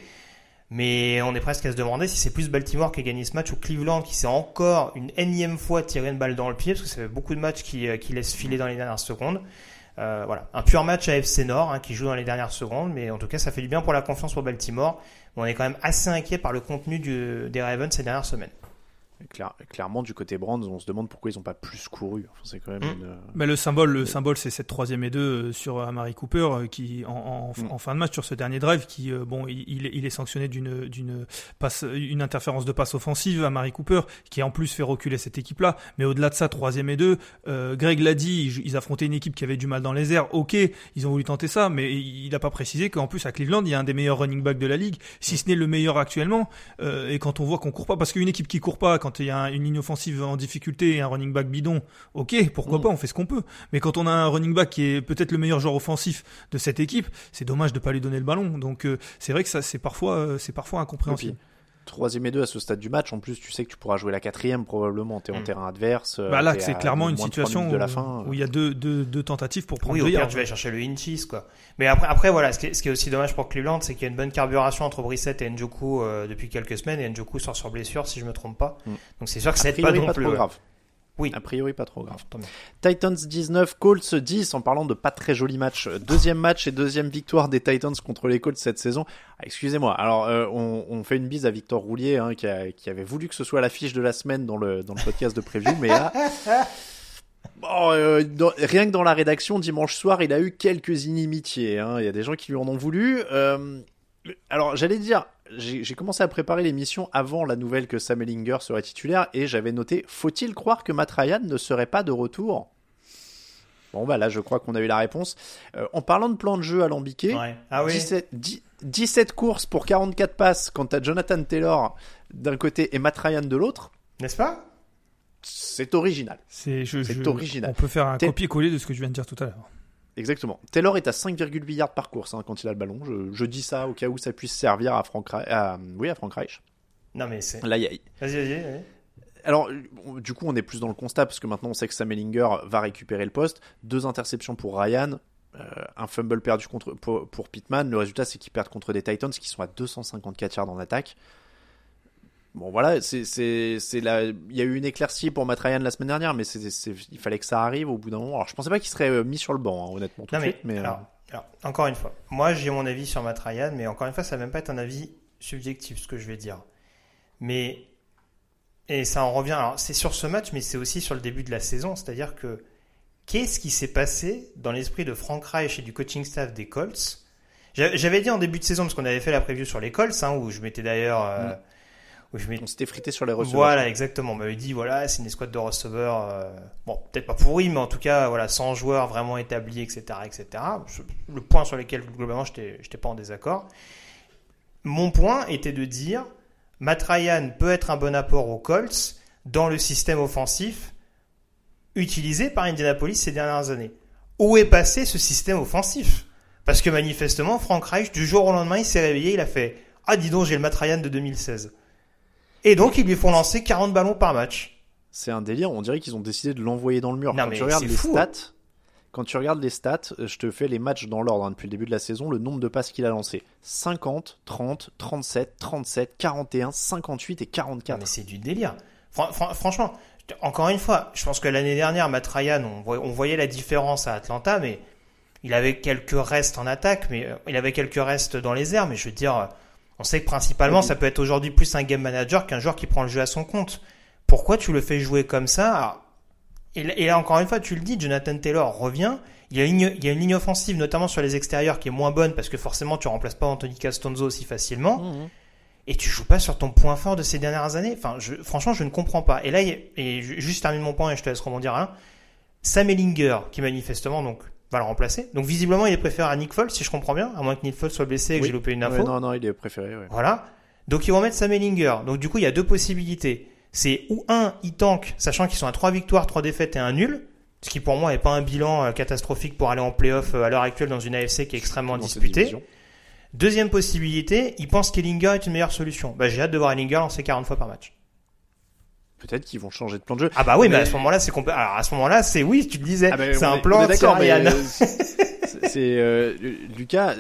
Mais on est presque à se demander si c'est plus Baltimore qui a gagné ce match ou Cleveland qui s'est encore une énième fois tiré une balle dans le pied, parce que ça fait beaucoup de matchs qui, qui laissent filer dans les dernières secondes. Euh, voilà, un pur match à F C Nord hein, qui joue dans les dernières secondes, mais en tout cas ça fait du bien pour la confiance pour Baltimore. On est quand même assez inquiet par le contenu du, des Ravens ces dernières semaines. Claire, clairement, du côté Browns, on se demande pourquoi ils n'ont pas plus couru. Enfin, c'est quand même mmh. une... Mais le symbole, le symbole, c'est cette troisième et deux sur Amari Cooper qui, en, en, mmh. en fin de match, sur ce dernier drive, qui, bon, il, il est sanctionné d'une, d'une passe, une interférence de passe offensive, Amari Cooper, qui en plus fait reculer cette équipe-là. Mais au-delà de ça, troisième et deux, euh, Greg l'a dit, ils affrontaient une équipe qui avait du mal dans les airs. Ok, ils ont voulu tenter ça, mais il n'a pas précisé qu'en plus à Cleveland, il y a un des meilleurs running backs de la ligue, si ce n'est le meilleur actuellement. Euh, et quand on voit qu'on court pas, parce qu'une équipe qui court pas, quand il y a une ligne offensive en difficulté et un running back bidon, ok, pourquoi mmh. pas, on fait ce qu'on peut. Mais quand on a un running back qui est peut-être le meilleur joueur offensif de cette équipe, c'est dommage de pas lui donner le ballon. Donc euh, c'est vrai que ça, c'est parfois, euh, c'est parfois incompréhensible. Troisième et deux à ce stade du match. En plus, tu sais que tu pourras jouer la quatrième probablement. T'es en mmh. terrain adverse. Bah là, c'est clairement une situation de la fin. où il y a deux, deux, deux tentatives pour prendre. Oui, au pire, tu vas chercher le inches, quoi. Mais après, après voilà, ce qui, est, ce qui est aussi dommage pour Cleveland, c'est qu'il y a une bonne carburation entre Brissett et Njoku euh, depuis quelques semaines, et Njoku sort sur blessure, si je me trompe pas. Mmh. Donc c'est sûr que c'est pas non pas plus trop grave. Oui. A priori, pas trop grave. Titans dix-neuf, Colts dix, en parlant de pas très joli match. Deuxième match et deuxième victoire des Titans contre les Colts cette saison. Ah, excusez-moi. Alors, euh, on, on fait une bise à Victor Roulier, hein, qui, a, qui avait voulu que ce soit l'affiche de la semaine dans le, dans le podcast de preview, mais là, bon, euh, dans, rien que dans la rédaction, dimanche soir, il a eu quelques inimitiés, hein. Il y a des gens qui lui en ont voulu. Euh, Alors, j'allais dire, j'ai, j'ai commencé à préparer l'émission avant la nouvelle que Sam Ehlinger serait titulaire et j'avais noté, faut-il croire que Matt Ryan ne serait pas de retour ? Bon, bah là, je crois qu'on a eu la réponse. Euh, en parlant de plan de jeu alambiqué, Ouais. Ah oui. dix-sept, dix, dix-sept courses pour quarante-quatre passes quand t'as Jonathan Taylor d'un côté et Matt Ryan de l'autre, N'est-ce pas? c'est original. C'est, je, C'est je- original. On peut faire un T'es- copier-coller de ce que je viens de dire tout à l'heure. Exactement. Taylor est à cinq virgule huit yards par course hein, quand il a le ballon. Je, je dis ça au cas où ça puisse servir à Frank, Reich- à, oui, à Frank Reich. Non, mais c'est. Là, il y a, Vas-y, vas-y. vas-y. Alors, du coup, on est plus dans le constat parce que maintenant on sait que Sam Ehlinger va récupérer le poste. Deux interceptions pour Ryan, euh, un fumble perdu contre, pour, pour Pittman. Le résultat, c'est qu'ils perdent contre des Titans qui sont à deux cent cinquante-quatre yards en attaque. Bon, voilà, c'est, c'est, c'est la... il y a eu une éclaircie pour Matt Ryan la semaine dernière, mais c'est, c'est... il fallait que ça arrive au bout d'un moment. Alors, je pensais pas qu'il serait euh, mis sur le banc, hein, honnêtement, tout Non, de mais, suite. Mais, euh, alors, alors, encore une fois, moi j'ai mon avis sur Matt Ryan, mais encore une fois, ça va même pas être un avis subjectif ce que je vais dire. Mais, et ça en revient, alors c'est sur ce match, mais c'est aussi sur le début de la saison, c'est-à-dire que qu'est-ce qui s'est passé dans l'esprit de Frank Reich et du coaching staff des Colts? J'a- J'avais dit en début de saison, parce qu'on avait fait la preview sur les Colts, hein, où je m'étais d'ailleurs. euh, Mm. où je m'étais on s'était frité sur les receveurs. Voilà, exactement. On m'avait dit, voilà, c'est une escouade de receveurs, euh, bon, peut-être pas pourri, mais en tout cas, voilà, sans joueurs vraiment établis, et cetera, et cetera. Le point sur lequel, globalement, je n'étais pas en désaccord. Mon point était de dire, Matt Ryan peut être un bon apport aux Colts dans le système offensif utilisé par Indianapolis ces dernières années. Où est passé ce système offensif? Parce que manifestement, Frank Reich, du jour au lendemain, il s'est réveillé, il a fait, ah, dis donc, j'ai le Matt Ryan de deux mille seize. Et donc, ils lui font lancer quarante ballons par match. C'est un délire, on dirait qu'ils ont décidé de l'envoyer dans le mur. Non, Quand mais tu regardes c'est les fou. stats, quand tu regardes les stats, euh, je te fais les matchs dans l'ordre hein, depuis le début de la saison, le nombre de passes qu'il a lancé. cinquante, trente, trente-sept, trente-sept, quarante et un, cinquante-huit et Non, quarante-quatre. mais c'est du délire. Fran- fran- franchement, encore une fois, je pense que l'année dernière, Matt Ryan, on, voy- on voyait la différence à Atlanta, mais il avait quelques restes en attaque, mais euh, il avait quelques restes dans les airs, mais je veux dire, euh, on sait que principalement, ça peut être aujourd'hui plus un game manager qu'un joueur qui prend le jeu à son compte. Pourquoi tu le fais jouer comme ça? Alors, et, là- et là, encore une fois, tu le dis, Jonathan Taylor revient. Il y, a une, ligne- il y a une ligne offensive, notamment sur les extérieurs, qui est moins bonne parce que forcément, tu remplaces pas Anthony Castonzo aussi facilement. Mmh. Et tu joues pas sur ton point fort de ces dernières années. Enfin, je, franchement, je ne comprends pas. Et là, il y a- et je- juste termine mon point et je te laisse rebondir à l'un. Sam Ehlinger, qui manifestement donc va le remplacer. Donc visiblement, il est préféré à Nick Foles, si je comprends bien, à moins que Nick Foles soit blessé et que Oui. j'ai loupé une info. Ouais, non, non, il est préféré. Ouais. Voilà. Donc ils vont mettre Sam Ehlinger. Donc du coup, il y a deux possibilités. C'est ou un, il tank, sachant qu'ils sont à trois victoires, trois défaites et un nul, ce qui pour moi n'est pas un bilan euh, catastrophique pour aller en play-off euh, à l'heure actuelle dans une A F C qui est extrêmement Dans cette disputée. division. Deuxième possibilité, ils pensent qu'Ehlinger est une meilleure solution. Bah, j'ai hâte de voir Ehlinger lancer quarante fois par match. Peut-être qu'ils vont changer de plan de jeu. Ah bah oui, mais, Mais- à ce moment-là, c'est compl- Alors à ce moment-là, c'est oui, tu le disais, Ah ben, c'est on un est- plan on est d'accord, mais Ariane. euh, c'est, c'est, euh, Lucas.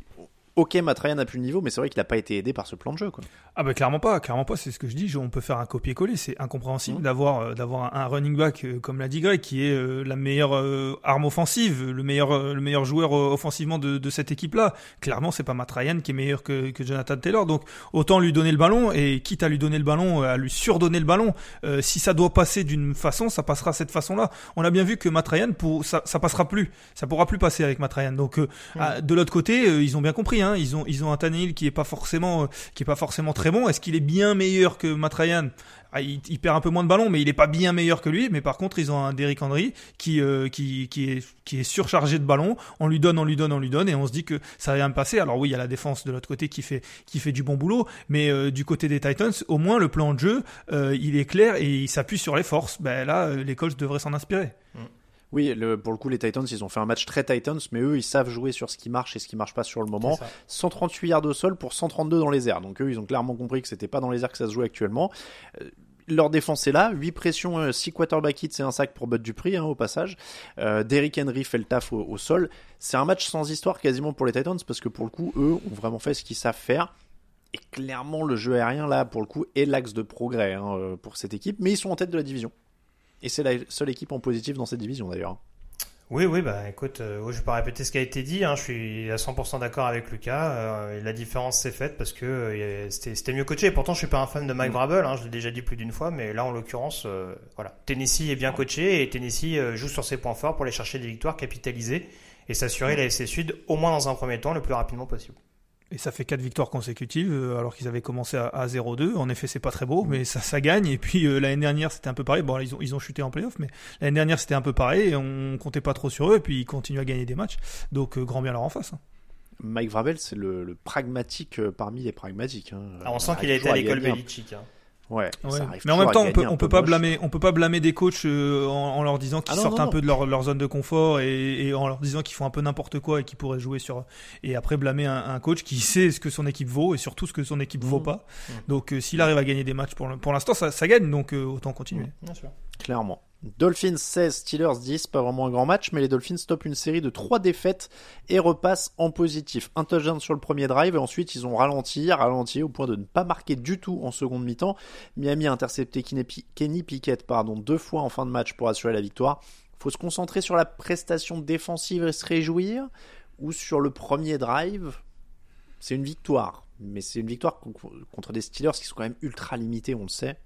Ok, Matt Ryan n'a plus le niveau, mais c'est vrai qu'il n'a pas été aidé par ce plan de jeu, quoi. Ah bah clairement pas, clairement pas, c'est ce que je dis, je- on peut faire un copier-coller, c'est incompréhensible Mmh. d'avoir euh, d'avoir un, un running back euh, comme l'a dit Greg, qui est euh, la meilleure euh, arme offensive, le meilleur euh, le meilleur joueur euh, offensivement de, de cette équipe-là. Clairement, c'est pas Matt Ryan qui est meilleur que, que Jonathan Taylor, donc autant lui donner le ballon, et quitte à lui donner le ballon, euh, à lui surdonner le ballon, euh, si ça doit passer d'une façon, ça passera de cette façon-là. On a bien vu que Matt Ryan, pour, ça, ça passera plus, ça pourra plus passer avec Matt Ryan, donc euh, Mmh. à- de l'autre côté, euh, ils ont bien compris, hein, ils ont ils ont un Tannehill qui est pas forcément euh, qui est pas forcément très bon. Est-ce qu'il est bien meilleur que Matt Ryan? Ah, il, il perd un peu moins de ballons, mais il est pas bien meilleur que lui. Mais par contre, ils ont un Derrick Henry qui euh, qui qui est qui est surchargé de ballons. On lui donne, on lui donne, on lui donne, et on se dit que ça va bien me passer. Alors oui, il y a la défense de l'autre côté qui fait qui fait du bon boulot, mais euh, du côté des Titans, au moins le plan de jeu, euh, il est clair et il s'appuie sur les forces. Ben là, euh, les Colts devraient s'en inspirer. Oui, le, pour le coup, les Titans, ils ont fait un match très Titans, mais eux, ils savent jouer sur ce qui marche et ce qui marche pas sur le moment. C'est ça. cent trente-huit yards au sol pour cent trente-deux dans les airs. Donc eux, ils ont clairement compris que c'était pas dans les airs que ça se jouait actuellement. Euh, Leur défense est là, huit pressions, euh, six quarterback hits et un sac pour Bud Dupree, hein, au passage. Euh, Derrick Henry fait le taf au, au sol. C'est un match sans histoire quasiment pour les Titans, parce que pour le coup, eux ont vraiment fait ce qu'ils savent faire. Et clairement, le jeu aérien, là, pour le coup, est l'axe de progrès hein, euh, pour cette équipe. Mais ils sont en tête de la division. Et c'est la seule équipe en positif dans cette division, d'ailleurs. Oui, oui, bah écoute, euh, ouais, je vais pas répéter ce qui a été dit, hein, je suis à cent pour cent d'accord avec Lucas, euh, et la différence s'est faite parce que euh, c'était, c'était mieux coaché, et pourtant je suis pas un fan de Mike Vrabel, hein, je l'ai déjà dit plus d'une fois, mais là en l'occurrence, euh, voilà, Tennessee est bien coaché, et Tennessee euh, joue sur ses points forts pour aller chercher des victoires, capitaliser, et s'assurer la F C Sud, au moins dans un premier temps, le plus rapidement possible. Et ça fait quatre victoires consécutives euh, alors qu'ils avaient commencé à, à zéro deux. En effet, c'est pas très beau, mais ça, ça gagne. Et puis euh, l'année dernière, c'était un peu pareil. Bon, ils ont, ils ont chuté en play-off, mais l'année dernière, c'était un peu pareil. Et on comptait pas trop sur eux. Et puis ils continuent à gagner des matchs. Donc euh, grand bien leur en face. Hein. Mike Vrabel, c'est le, le pragmatique euh, parmi les pragmatiques. Hein. Ah, on sent qu'il a été à l'école Belichick. Hein. Ouais, ouais. Ça arrive mais en même temps, on peut, on peut pas moche. blâmer, on peut pas blâmer des coachs euh, en, en leur disant qu'ils ah non, sortent non, un non. peu de leur, leur zone de confort et, et en leur disant qu'ils font un peu n'importe quoi et qu'ils pourraient jouer sur. Et après blâmer un, un coach qui sait ce que son équipe vaut et surtout ce que son équipe mmh. vaut pas. Mmh. Donc euh, s'il arrive à gagner des matchs pour, le, pour l'instant, ça, ça gagne. Donc euh, autant continuer. Mmh. Bien sûr. Clairement. Dolphins seize, Steelers dix, pas vraiment un grand match, mais les Dolphins stoppent une série de trois défaites et repassent en positif. Un touchdown sur le premier drive et ensuite ils ont ralenti, ralenti au point de ne pas marquer du tout en seconde mi-temps. Miami a intercepté Kenny Pickett pardon, deux fois en fin de match pour assurer la victoire. Faut se concentrer sur la prestation défensive et se réjouir, ou sur le premier drive. C'est une victoire, mais c'est une victoire contre des Steelers qui sont quand même ultra limités, on le sait.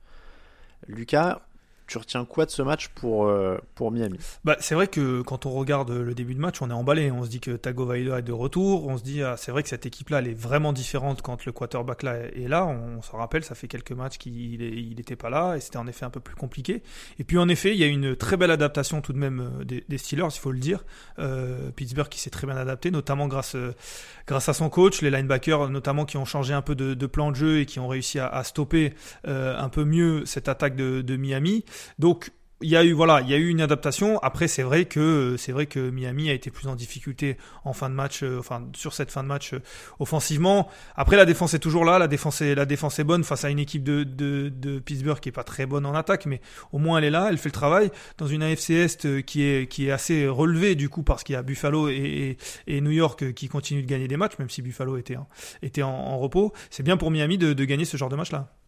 Lucas, tu retiens quoi de ce match pour, euh, pour Miami ? Bah, c'est vrai que quand on regarde le début de match, on est emballé. On se dit que Tagovailoa est de retour. On se dit, ah, c'est vrai que cette équipe-là, elle est vraiment différente quand le quarterback là est là. On, on s'en rappelle, ça fait quelques matchs qu'il n'était pas là et c'était en effet un peu plus compliqué. Et puis en effet, il y a une très belle adaptation tout de même des, des Steelers, il faut le dire. Euh, Pittsburgh qui s'est très bien adapté, notamment grâce, euh, grâce à son coach, les linebackers notamment qui ont changé un peu de, de plan de jeu et qui ont réussi à, à stopper euh, un peu mieux cette attaque de, de Miami. Donc il y a eu voilà, il y a eu une adaptation. Après c'est vrai que c'est vrai que Miami a été plus en difficulté en fin de match, euh, enfin sur cette fin de match euh, offensivement. Après la défense est toujours là, la défense est la défense est bonne face à une équipe de de de Pittsburgh qui est pas très bonne en attaque, mais au moins elle est là, elle fait le travail dans une A F C Est euh, qui est qui est assez relevée du coup parce qu'il y a Buffalo et et, et New York euh, qui continuent de gagner des matchs même si Buffalo était en, était en, en repos. C'est bien pour Miami de de gagner ce genre de match là.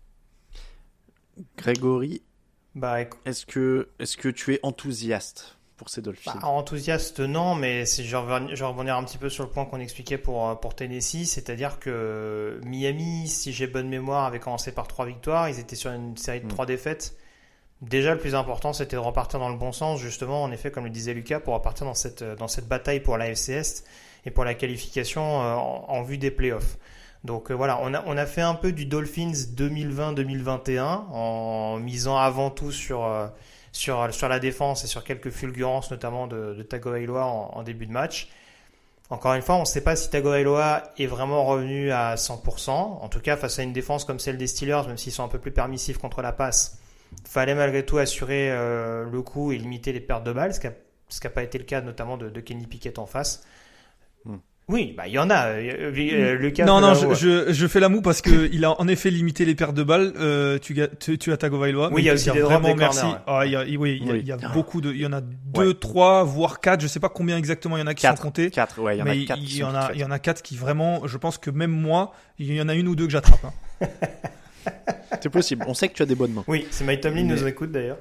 Grégory, Bah, est-ce que, est-ce que tu es enthousiaste pour ces Dolphins ? Bah, enthousiaste, non, mais si je vais je vais rebondir un petit peu sur le point qu'on expliquait pour, pour Tennessee, c'est-à-dire que Miami, si j'ai bonne mémoire, avait commencé par trois victoires, ils étaient sur une série de trois mmh. défaites. Déjà, le plus important, c'était de repartir dans le bon sens, justement, en effet, comme le disait Lucas, pour repartir dans cette, dans cette bataille pour la A F C Est et pour la qualification euh, en, en vue des playoffs. Donc euh, voilà, on a, on a fait un peu du Dolphins deux mille vingt deux mille vingt et un en misant avant tout sur, euh, sur, sur la défense et sur quelques fulgurances, notamment de, de Tagovailoa en, en début de match. Encore une fois, on ne sait pas si Tagovailoa est vraiment revenu à cent pour cent. En tout cas, face à une défense comme celle des Steelers, même s'ils sont un peu plus permissifs contre la passe, il fallait malgré tout assurer euh, le coup et limiter les pertes de balles, ce qui n'a pas été le cas notamment de, de Kenny Pickett en face. Hmm. Oui, bah il y en a. Euh, euh, Lucas. Non, non, je, je, je fais la moue parce que il a en effet limité les pertes de balles. Euh, tu, tu, tu as Tagovailoa. Oui, il y a aussi des drops des merci. corners. Ah, il y a, oui, il y a, il y a beaucoup de, il y en a deux, ouais. trois, voire quatre. Je sais pas combien exactement il y en a qui quatre, sont comptés. Quatre, ouais, il y en mais a quatre. Il y en a, il y en a quatre qui vraiment, je pense que même moi, il y en a une ou deux que j'attrape. Hein. C'est possible. On sait que tu as des bonnes mains. Oui, c'est Mike Tomlin mais... nous écoute d'ailleurs.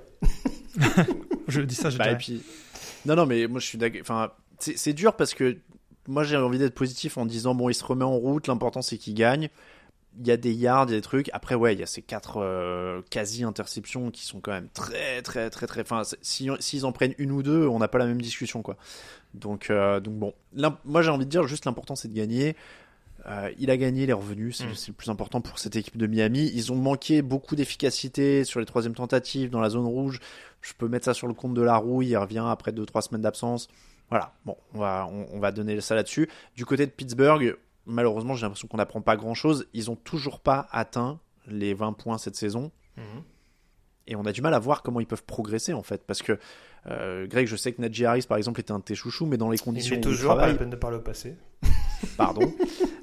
Je dis ça, je bah, dirais. Et puis... Non, non, mais moi je suis d'accord. Enfin, c'est, c'est dur parce que moi j'ai envie d'être positif en disant bon, il se remet en route. L'important c'est qu'il gagne. Il y a des yards, il y a des trucs. Après, ouais, il y a ces quatre euh, quasi-interceptions qui sont quand même très, très, très, très. Enfin, si, s'ils en prennent une ou deux, on n'a pas la même discussion, quoi. Donc, euh, donc bon. Là, moi j'ai envie de dire juste l'important c'est de gagner. Euh, il a gagné, il est revenu, c'est, mmh. c'est le plus important pour cette équipe de Miami. Ils ont manqué beaucoup d'efficacité sur les troisièmes tentatives dans la zone rouge. Je peux mettre ça sur le compte de la rouille. Il revient après deux trois semaines d'absence. Voilà, bon, on va, on, on va donner ça là-dessus. Du côté de Pittsburgh, malheureusement, j'ai l'impression qu'on n'apprend pas grand-chose. Ils n'ont toujours pas atteint les vingt points cette saison. Mmh. Et on a du mal à voir comment ils peuvent progresser, en fait. Parce que, euh, Greg, je sais que Najee Harris, par exemple, était un de tes chouchous, mais dans les conditions il est où toujours, il travaille... pas la peine de parler au passé. Pardon.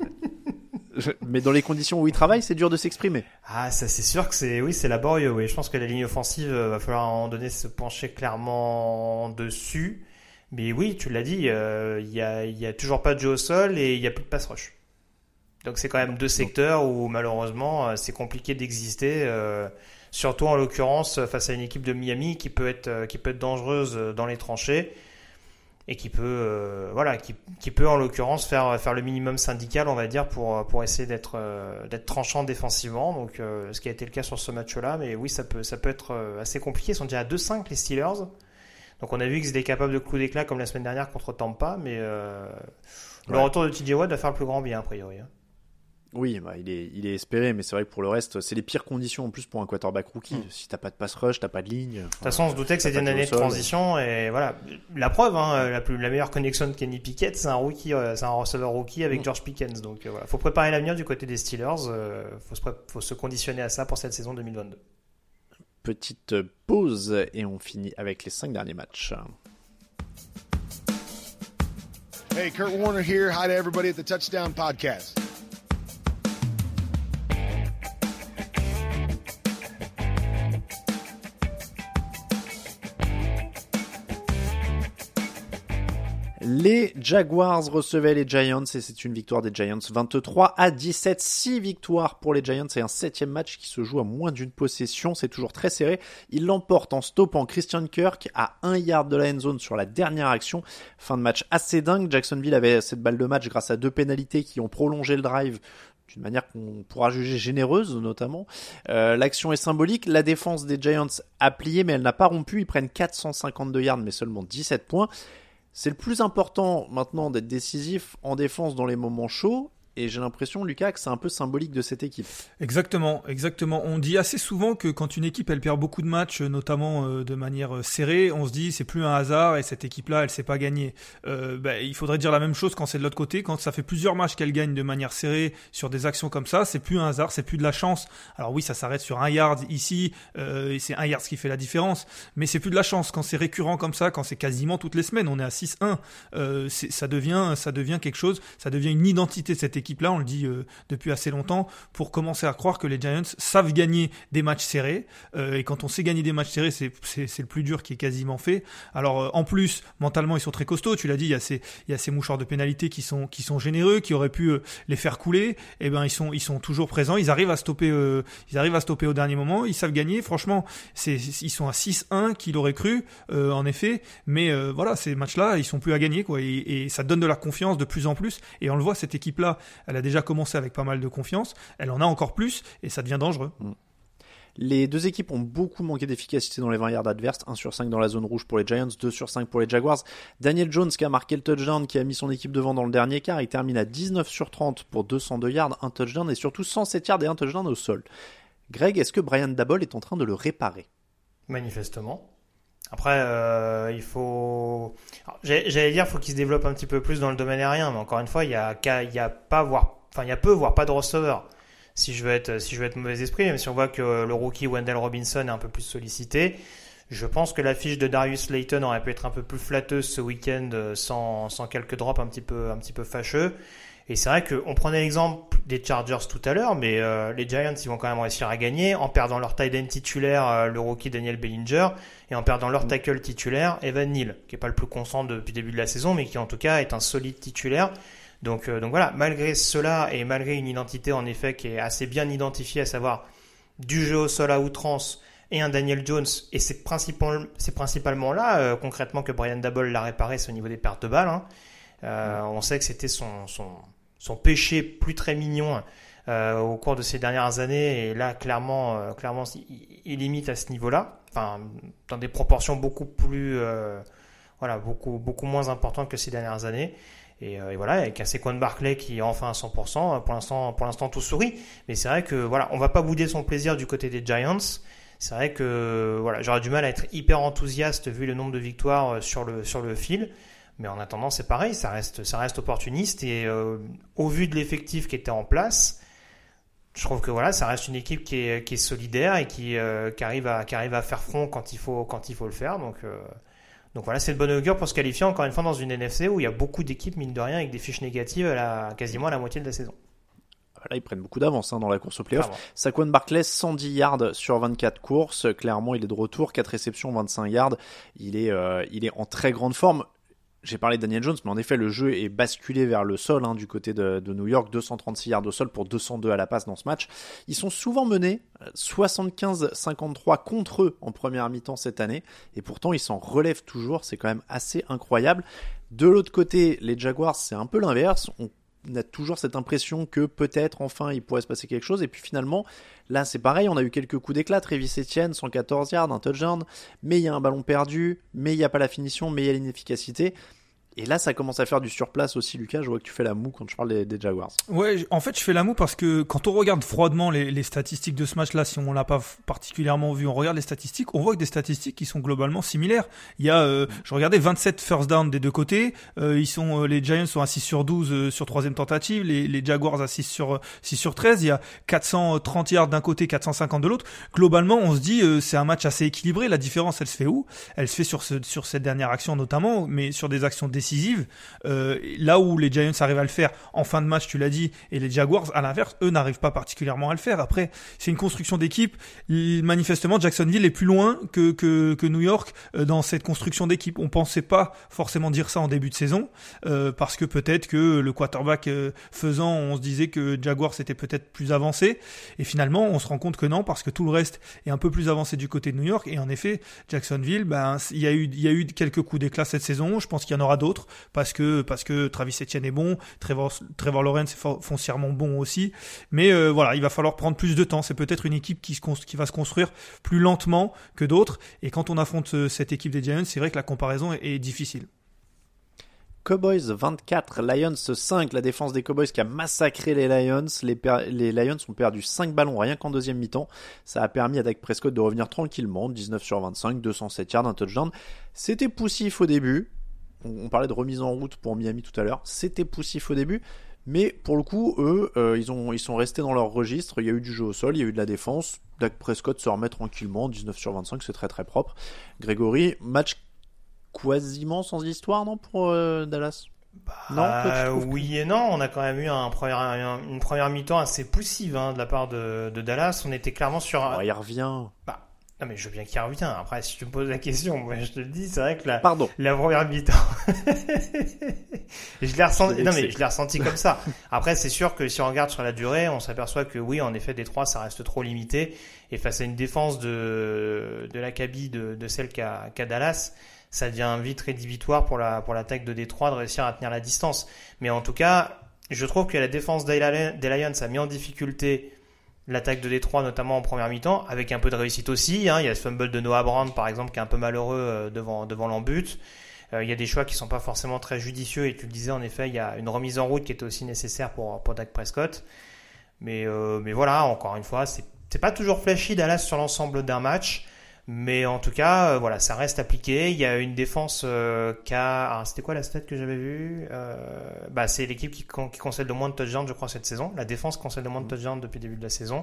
Mais dans les conditions où il travaille, c'est dur de s'exprimer. Ah, ça c'est sûr que c'est, oui, c'est laborieux. Oui, je pense que la ligne offensive euh, va falloir à un moment donné se pencher clairement dessus. Mais oui, tu l'as dit, il euh, y a, il y a toujours pas de jeu au sol et il y a plus de pass rush. Donc c'est quand même deux secteurs où malheureusement c'est compliqué d'exister. Euh, surtout en l'occurrence face à une équipe de Miami qui peut être, euh, qui peut être dangereuse dans les tranchées. Et qui peut, euh, voilà, qui, qui peut en l'occurrence faire faire le minimum syndical, on va dire, pour pour essayer d'être euh, d'être tranchant défensivement. Donc, euh, ce qui a été le cas sur ce match-là, mais oui, ça peut ça peut être assez compliqué. Ils sont déjà à deux cinq les Steelers. Donc, on a vu qu'ils étaient capables de coups d'éclat comme la semaine dernière contre Tampa, mais euh, Le Ouais. retour de T J Watt va faire le plus grand bien, a priori. Hein. Oui, bah, il est, il est espéré, mais c'est vrai que pour le reste, c'est les pires conditions en plus pour un quarterback rookie. Mm. Si t'as pas de pass rush, t'as pas de ligne. De toute façon, on se doutait que c'était une année de sol, transition et voilà. La preuve, hein, la, plus, la meilleure connexion de Kenny Pickett, c'est un rookie, euh, c'est un receveur rookie avec Mm. George Pickens. Donc euh, voilà, faut préparer l'avenir du côté des Steelers. Euh, faut, se pré- faut se conditionner à ça pour cette saison deux mille vingt-deux. Petite pause et on finit avec les cinq derniers matchs. Hey, Kurt Warner here. Hi to everybody at the Touchdown Podcast. Les Jaguars recevaient les Giants et c'est une victoire des Giants vingt-trois à dix-sept. six victoires pour les Giants et un septième match qui se joue à moins d'une possession. C'est toujours très serré. Ils l'emportent en stoppant Christian Kirk à un yard de la end zone sur la dernière action. Fin de match assez dingue. Jacksonville avait cette balle de match grâce à deux pénalités qui ont prolongé le drive d'une manière qu'on pourra juger généreuse notamment. Euh, l'action est symbolique. La défense des Giants a plié mais elle n'a pas rompu. Ils prennent quatre cent cinquante-deux yards mais seulement dix-sept points. C'est le plus important maintenant d'être décisif en défense dans les moments chauds. Et j'ai l'impression, Lucas, que c'est un peu symbolique de cette équipe. Exactement, exactement. On dit assez souvent que quand une équipe elle perd beaucoup de matchs, notamment euh, de manière euh, serrée, on se dit c'est plus un hasard et cette équipe-là elle sait pas gagner. Euh, bah, il faudrait dire la même chose quand c'est de l'autre côté, quand ça fait plusieurs matchs qu'elle gagne de manière serrée sur des actions comme ça, c'est plus un hasard, c'est plus de la chance. Alors oui, ça s'arrête sur un yard ici, euh, et c'est un yard ce qui fait la différence, mais c'est plus de la chance quand c'est récurrent comme ça, quand c'est quasiment toutes les semaines, on est à six un, euh, c'est, ça devient, ça devient quelque chose, ça devient une identité de cette équipe. Équipe-là, on le dit euh, depuis assez longtemps, pour commencer à croire que les Giants savent gagner des matchs serrés. Euh, et quand on sait gagner des matchs serrés, c'est, c'est, c'est le plus dur qui est quasiment fait. Alors euh, en plus, mentalement, ils sont très costauds. Tu l'as dit, il y a ces, il y a ces mouchoirs de pénalité qui sont, qui sont généreux, qui auraient pu euh, les faire couler. Et ben ils sont, ils sont toujours présents. Ils arrivent à stopper, euh, ils arrivent à stopper au dernier moment. Ils savent gagner. Franchement, c'est, ils sont à six un, qui l'auraient cru, euh, en effet. Mais euh, voilà, ces matchs-là, ils sont plus à gagner, quoi. Et, et ça donne de la confiance de plus en plus. Et on le voit, cette équipe-là, elle a déjà commencé avec pas mal de confiance, elle en a encore plus et ça devient dangereux. Les deux équipes ont beaucoup manqué d'efficacité dans les vingt yards adverses, un sur cinq dans la zone rouge pour les Giants, deux sur cinq pour les Jaguars. Daniel Jones qui a marqué le touchdown, qui a mis son équipe devant dans le dernier quart, il termine à dix-neuf sur trente pour deux cent deux yards, un touchdown et surtout cent sept yards et un touchdown au sol. Greg, est-ce que Brian Daboll est en train de le réparer ? Manifestement. Après, euh, il faut. Alors, j'allais dire, il faut qu'il se développe un petit peu plus dans le domaine aérien, mais encore une fois, il y a, il y a pas voire, enfin, il y a peu, voire pas de receveur. Si je veux être, si je veux être mauvais esprit, même si on voit que le rookie Wendell Robinson est un peu plus sollicité, je pense que la fiche de Darius Slayton aurait pu être un peu plus flatteuse ce week-end sans, sans quelques drops un petit peu, un petit peu fâcheux. Et c'est vrai qu'on prenait l'exemple des Chargers tout à l'heure, mais euh, les Giants, ils vont quand même réussir à gagner en perdant leur tight end titulaire, euh, le rookie Daniel Bellinger, et en perdant leur tackle titulaire, Evan Neal, qui est pas le plus constant depuis le début de la saison, mais qui en tout cas est un solide titulaire. Donc, euh, donc voilà, malgré cela et malgré une identité en effet qui est assez bien identifiée, à savoir du jeu au sol à outrance et un Daniel Jones, et c'est, principal, c'est principalement là euh, concrètement que Brian Daboll l'a réparé, c'est au niveau des pertes de balles. Hein. Euh, on sait que c'était son... son son péché plus très mignon euh, au cours de ces dernières années, et là clairement euh, clairement il, il limite à ce niveau-là, enfin dans des proportions beaucoup plus euh, voilà beaucoup beaucoup moins importantes que ces dernières années. Et, euh, et voilà, avec un Saquon Barkley qui est enfin à cent pour cent, pour l'instant pour l'instant tout sourit, mais c'est vrai que voilà, on va pas bouder son plaisir du côté des Giants. C'est vrai que voilà, j'aurais du mal à être hyper enthousiaste vu le nombre de victoires sur le sur le fil. Mais en attendant, c'est pareil, ça reste, ça reste opportuniste et euh, au vu de l'effectif qui était en place, je trouve que voilà, ça reste une équipe qui est, qui est solidaire et qui, euh, qui, arrive à, qui arrive à faire front quand il faut, quand il faut le faire. Donc, euh, donc voilà, c'est de bonne augure pour se qualifier encore une fois dans une N F C où il y a beaucoup d'équipes, mine de rien, avec des fiches négatives à la, quasiment à la moitié de la saison. Là, ils prennent beaucoup d'avance hein, dans la course au playoff. Saquon Barkley, cent dix yards sur vingt-quatre courses. Clairement, il est de retour, quatre réceptions, vingt-cinq yards. Il est, euh, il est en très grande forme. J'ai parlé de Daniel Jones, mais en effet, le jeu est basculé vers le sol hein, du côté de, de New York. deux cent trente-six yards au sol pour deux cent deux à la passe dans ce match. Ils sont souvent menés, soixante-quinze à cinquante-trois contre eux en première mi-temps cette année. Et pourtant, ils s'en relèvent toujours. C'est quand même assez incroyable. De l'autre côté, les Jaguars, c'est un peu l'inverse. On On a toujours cette impression que peut-être enfin il pourrait se passer quelque chose, et puis finalement là c'est pareil, on a eu quelques coups d'éclat. Travis Etienne, cent quatorze yards, un touchdown, mais il y a un ballon perdu, mais il n'y a pas la finition, mais il y a l'inefficacité, et là, ça commence à faire du surplace aussi, Lucas. Je vois que tu fais la moue quand je parle des, des Jaguars. Ouais, en fait, je fais la moue parce que quand on regarde froidement les, les statistiques de ce match-là, si on l'a pas particulièrement vu, on regarde les statistiques, on voit que des statistiques qui sont globalement similaires. Il y a, euh, je regardais vingt-sept first down des deux côtés. Euh, ils sont, euh, les Giants sont à six sur douze euh, sur troisième tentative, les, les Jaguars à six sur six sur treize. Il y a quatre cent trente yards d'un côté, quatre cent cinquante de l'autre. Globalement, on se dit, euh, c'est un match assez équilibré. La différence, elle se fait où? Elle se fait sur ce, sur cette dernière action notamment, mais sur des actions décisives. Euh, là où les Giants arrivent à le faire en fin de match, tu l'as dit, et les Jaguars, à l'inverse, eux n'arrivent pas particulièrement à le faire. Après, c'est une construction d'équipe. Manifestement, Jacksonville est plus loin que que, que New York euh, dans cette construction d'équipe. On pensait pas forcément dire ça en début de saison, euh, parce que peut-être que le quarterback euh, faisant, on se disait que Jaguars était peut-être plus avancé, et finalement, on se rend compte que non, parce que tout le reste est un peu plus avancé du côté de New York. Et en effet, Jacksonville, ben, il y a eu, il y a eu quelques coups d'éclat cette saison. Je pense qu'il y en aura d'autres, parce que parce que Travis Etienne est bon, Trevor, Trevor Lawrence est foncièrement bon aussi. Mais euh, voilà, il va falloir prendre plus de temps. C'est peut-être une équipe qui, se, qui va se construire plus lentement que d'autres. Et quand on affronte cette équipe des Giants, c'est vrai que la comparaison est, est difficile. Cowboys vingt-quatre, Lions cinq, la défense des Cowboys qui a massacré les Lions. Les, per- les Lions ont perdu cinq ballons rien qu'en deuxième mi-temps. Ça a permis à Dak Prescott de revenir tranquillement, dix-neuf sur vingt-cinq, deux cent sept yards, un touchdown. C'était poussif au début. On, on parlait de remise en route pour Miami tout à l'heure. C'était poussif au début. Mais pour le coup, eux, euh, ils, ont, ils sont restés dans leur registre. Il y a eu du jeu au sol, il y a eu de la défense. Dak Prescott se remet tranquillement, dix-neuf sur vingt-cinq, c'est très très propre. Grégory, match quasiment sans histoire, non, pour euh, Dallas? Bah, non, euh, oui et non. On a quand même eu un premier, un, une première mi-temps assez poussive hein, de la part de, de Dallas. On était clairement sur... Un... Oh, il revient. Bah, non mais je veux bien qu'il revient. Après, si tu me poses la question, moi je te le dis, c'est vrai que la, Pardon. la première mi-temps, je l'ai ressenti. Non mais je l'ai ressenti comme ça. Après, c'est sûr que si on regarde sur la durée, on s'aperçoit que oui, en effet, Détroit, ça reste trop limité. Et face à une défense de de l'Acabie de, de celle qu'a, qu'a Dallas, ça devient vite rédhibitoire pour la pour l'attaque de Détroit de réussir à tenir la distance. Mais en tout cas, je trouve que la défense des Lions a mis en difficulté l'attaque de Détroit, notamment en première mi-temps, avec un peu de réussite aussi. Hein. Il y a ce fumble de Noah Brown, par exemple, qui est un peu malheureux devant devant l'embut. Euh, il y a des choix qui sont pas forcément très judicieux. Et tu le disais, en effet, il y a une remise en route qui était aussi nécessaire pour pour Dak Prescott. Mais euh, mais voilà, encore une fois, c'est c'est pas toujours flashy Dallas sur l'ensemble d'un match. Mais en tout cas, euh, voilà, ça reste appliqué. Il y a une défense euh, qui a... Alors, c'était quoi la stat que j'avais vue euh, bah, c'est l'équipe qui, qui concède le moins de touchdowns, je crois, cette saison. La défense concède le moins de touchdowns depuis le début de la saison.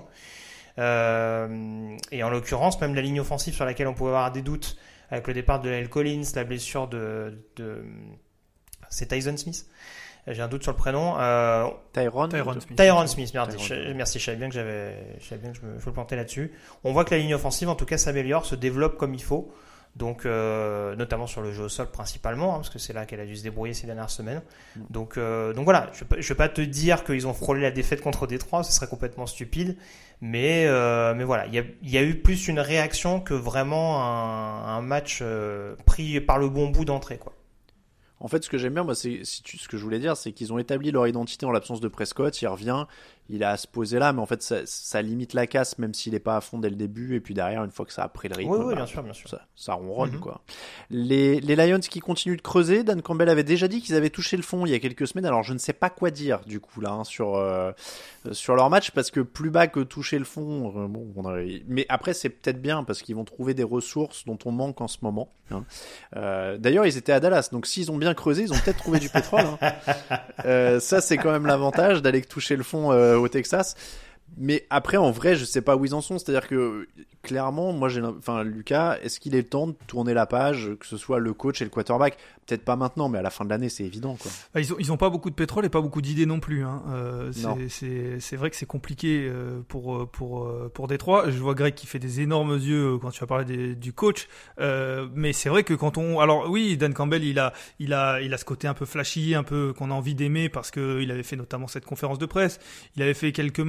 Euh, et en l'occurrence, même la ligne offensive sur laquelle on pouvait avoir des doutes, avec le départ de La'el Collins, la blessure de... de c'est Tyson Smith. J'ai un doute sur le prénom. Euh, Tyron, Tyron Smith. Tyron Smith, merci. Tyron. Je, merci, je savais bien que j'avais, je savais bien que je me, je me plantais là-dessus. On voit que la ligne offensive, en tout cas, s'améliore, se développe comme il faut. Donc, euh, notamment sur le jeu au sol principalement, hein, parce que c'est là qu'elle a dû se débrouiller ces dernières semaines. Mm. Donc, euh, donc voilà. Je ne vais pas te dire qu'ils ont frôlé la défaite contre Détroit, ce serait complètement stupide. Mais, euh, mais voilà, il y a, y a eu plus une réaction que vraiment un, un match euh, pris par le bon bout d'entrée, quoi. En fait, ce que j'aime bien, moi, c'est, si tu, ce que je voulais dire, c'est qu'ils ont établi leur identité en l'absence de Prescott. Il revient, il a à se poser là, mais en fait, ça, ça limite la casse, même s'il n'est pas à fond dès le début. Et puis derrière, une fois que ça a pris le rythme, oui, oui, bah, bien sûr, bien sûr. Ça, ça ronronne, mm-hmm. quoi. Les, les Lions qui continuent de creuser, Dan Campbell avait déjà dit qu'ils avaient touché le fond il y a quelques semaines. Alors, je ne sais pas quoi dire, du coup, là, hein, sur, euh, sur leur match, parce que plus bas que toucher le fond, euh, bon, on a... mais après, c'est peut-être bien, parce qu'ils vont trouver des ressources dont on manque en ce moment. Hein. Euh, d'ailleurs, ils étaient à Dallas, donc s'ils ont bien creusé, ils ont peut-être trouver du pétrole. Hein. Euh, ça, c'est quand même l'avantage d'aller toucher le fond euh, au Texas. Mais après, en vrai, je sais pas où ils en sont. C'est-à-dire que, clairement, moi, j'ai, enfin, Lucas, est-ce qu'il est temps de tourner la page, que ce soit le coach et le quarterback? Peut-être pas maintenant, mais à la fin de l'année, c'est évident, quoi. Ils ont, ils ont pas beaucoup de pétrole et pas beaucoup d'idées non plus, hein. Euh, non. c'est, c'est, c'est vrai que c'est compliqué pour, pour, pour Détroit. Je vois Greg qui fait des énormes yeux quand tu vas parler des, du coach. Euh, mais c'est vrai que quand on, alors oui, Dan Campbell, il a, il a, il a ce côté un peu flashy, un peu qu'on a envie d'aimer parce que il avait fait notamment cette conférence de presse. Il avait fait quelques matchs où on se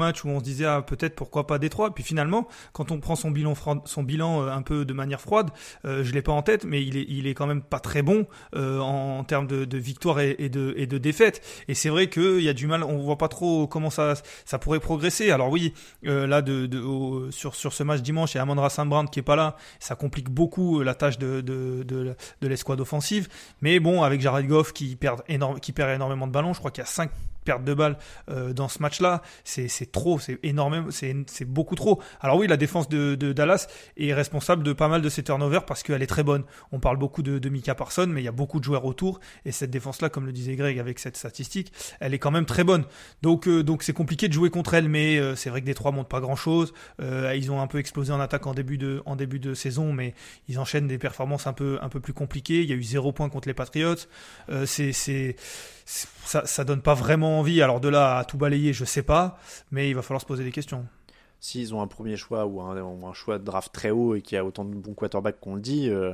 disait ah, peut-être pourquoi pas Détroit. Puis finalement, quand on prend son bilan, son bilan euh, un peu de manière froide, euh, je l'ai pas en tête, mais il est, il est quand même pas très bon euh, en, en termes de, de victoire et, et de, et de défaite. Et c'est vrai qu'il y a du mal, on voit pas trop comment ça, ça pourrait progresser. Alors oui, euh, là de, de au, sur sur ce match dimanche, il y a Amon-Ra Saint Brown qui est pas là, ça complique beaucoup la tâche de de de, de l'escouade offensive. Mais bon, avec Jared Goff qui perd énorme, qui perd énormément de ballons, je crois qu'il y a cinq pertes de balles euh, dans ce match-là, c'est c'est trop, c'est énormément, c'est c'est beaucoup trop. Alors oui, la défense de, de Dallas est responsable de pas mal de ces turnovers parce qu'elle est très bonne. On parle beaucoup de, de Micah Parsons, mais il y a beaucoup de joueurs autour et cette défense-là, comme le disait Greg avec cette statistique, elle est quand même très bonne. Donc euh, donc c'est compliqué de jouer contre elle, mais euh, c'est vrai que Détroit monte pas grand-chose. Euh, ils ont un peu explosé en attaque en début de en début de saison, mais ils enchaînent des performances un peu un peu plus compliquées. Il y a eu zéro point contre les Patriots. Euh, c'est c'est Ça, ça donne pas vraiment envie. Alors de là à tout balayer, je sais pas, mais il va falloir se poser des questions. S'ils ont un premier choix ou un, ou un choix de draft très haut et qu'il y a autant de bons quarterbacks qu'on le dit, euh,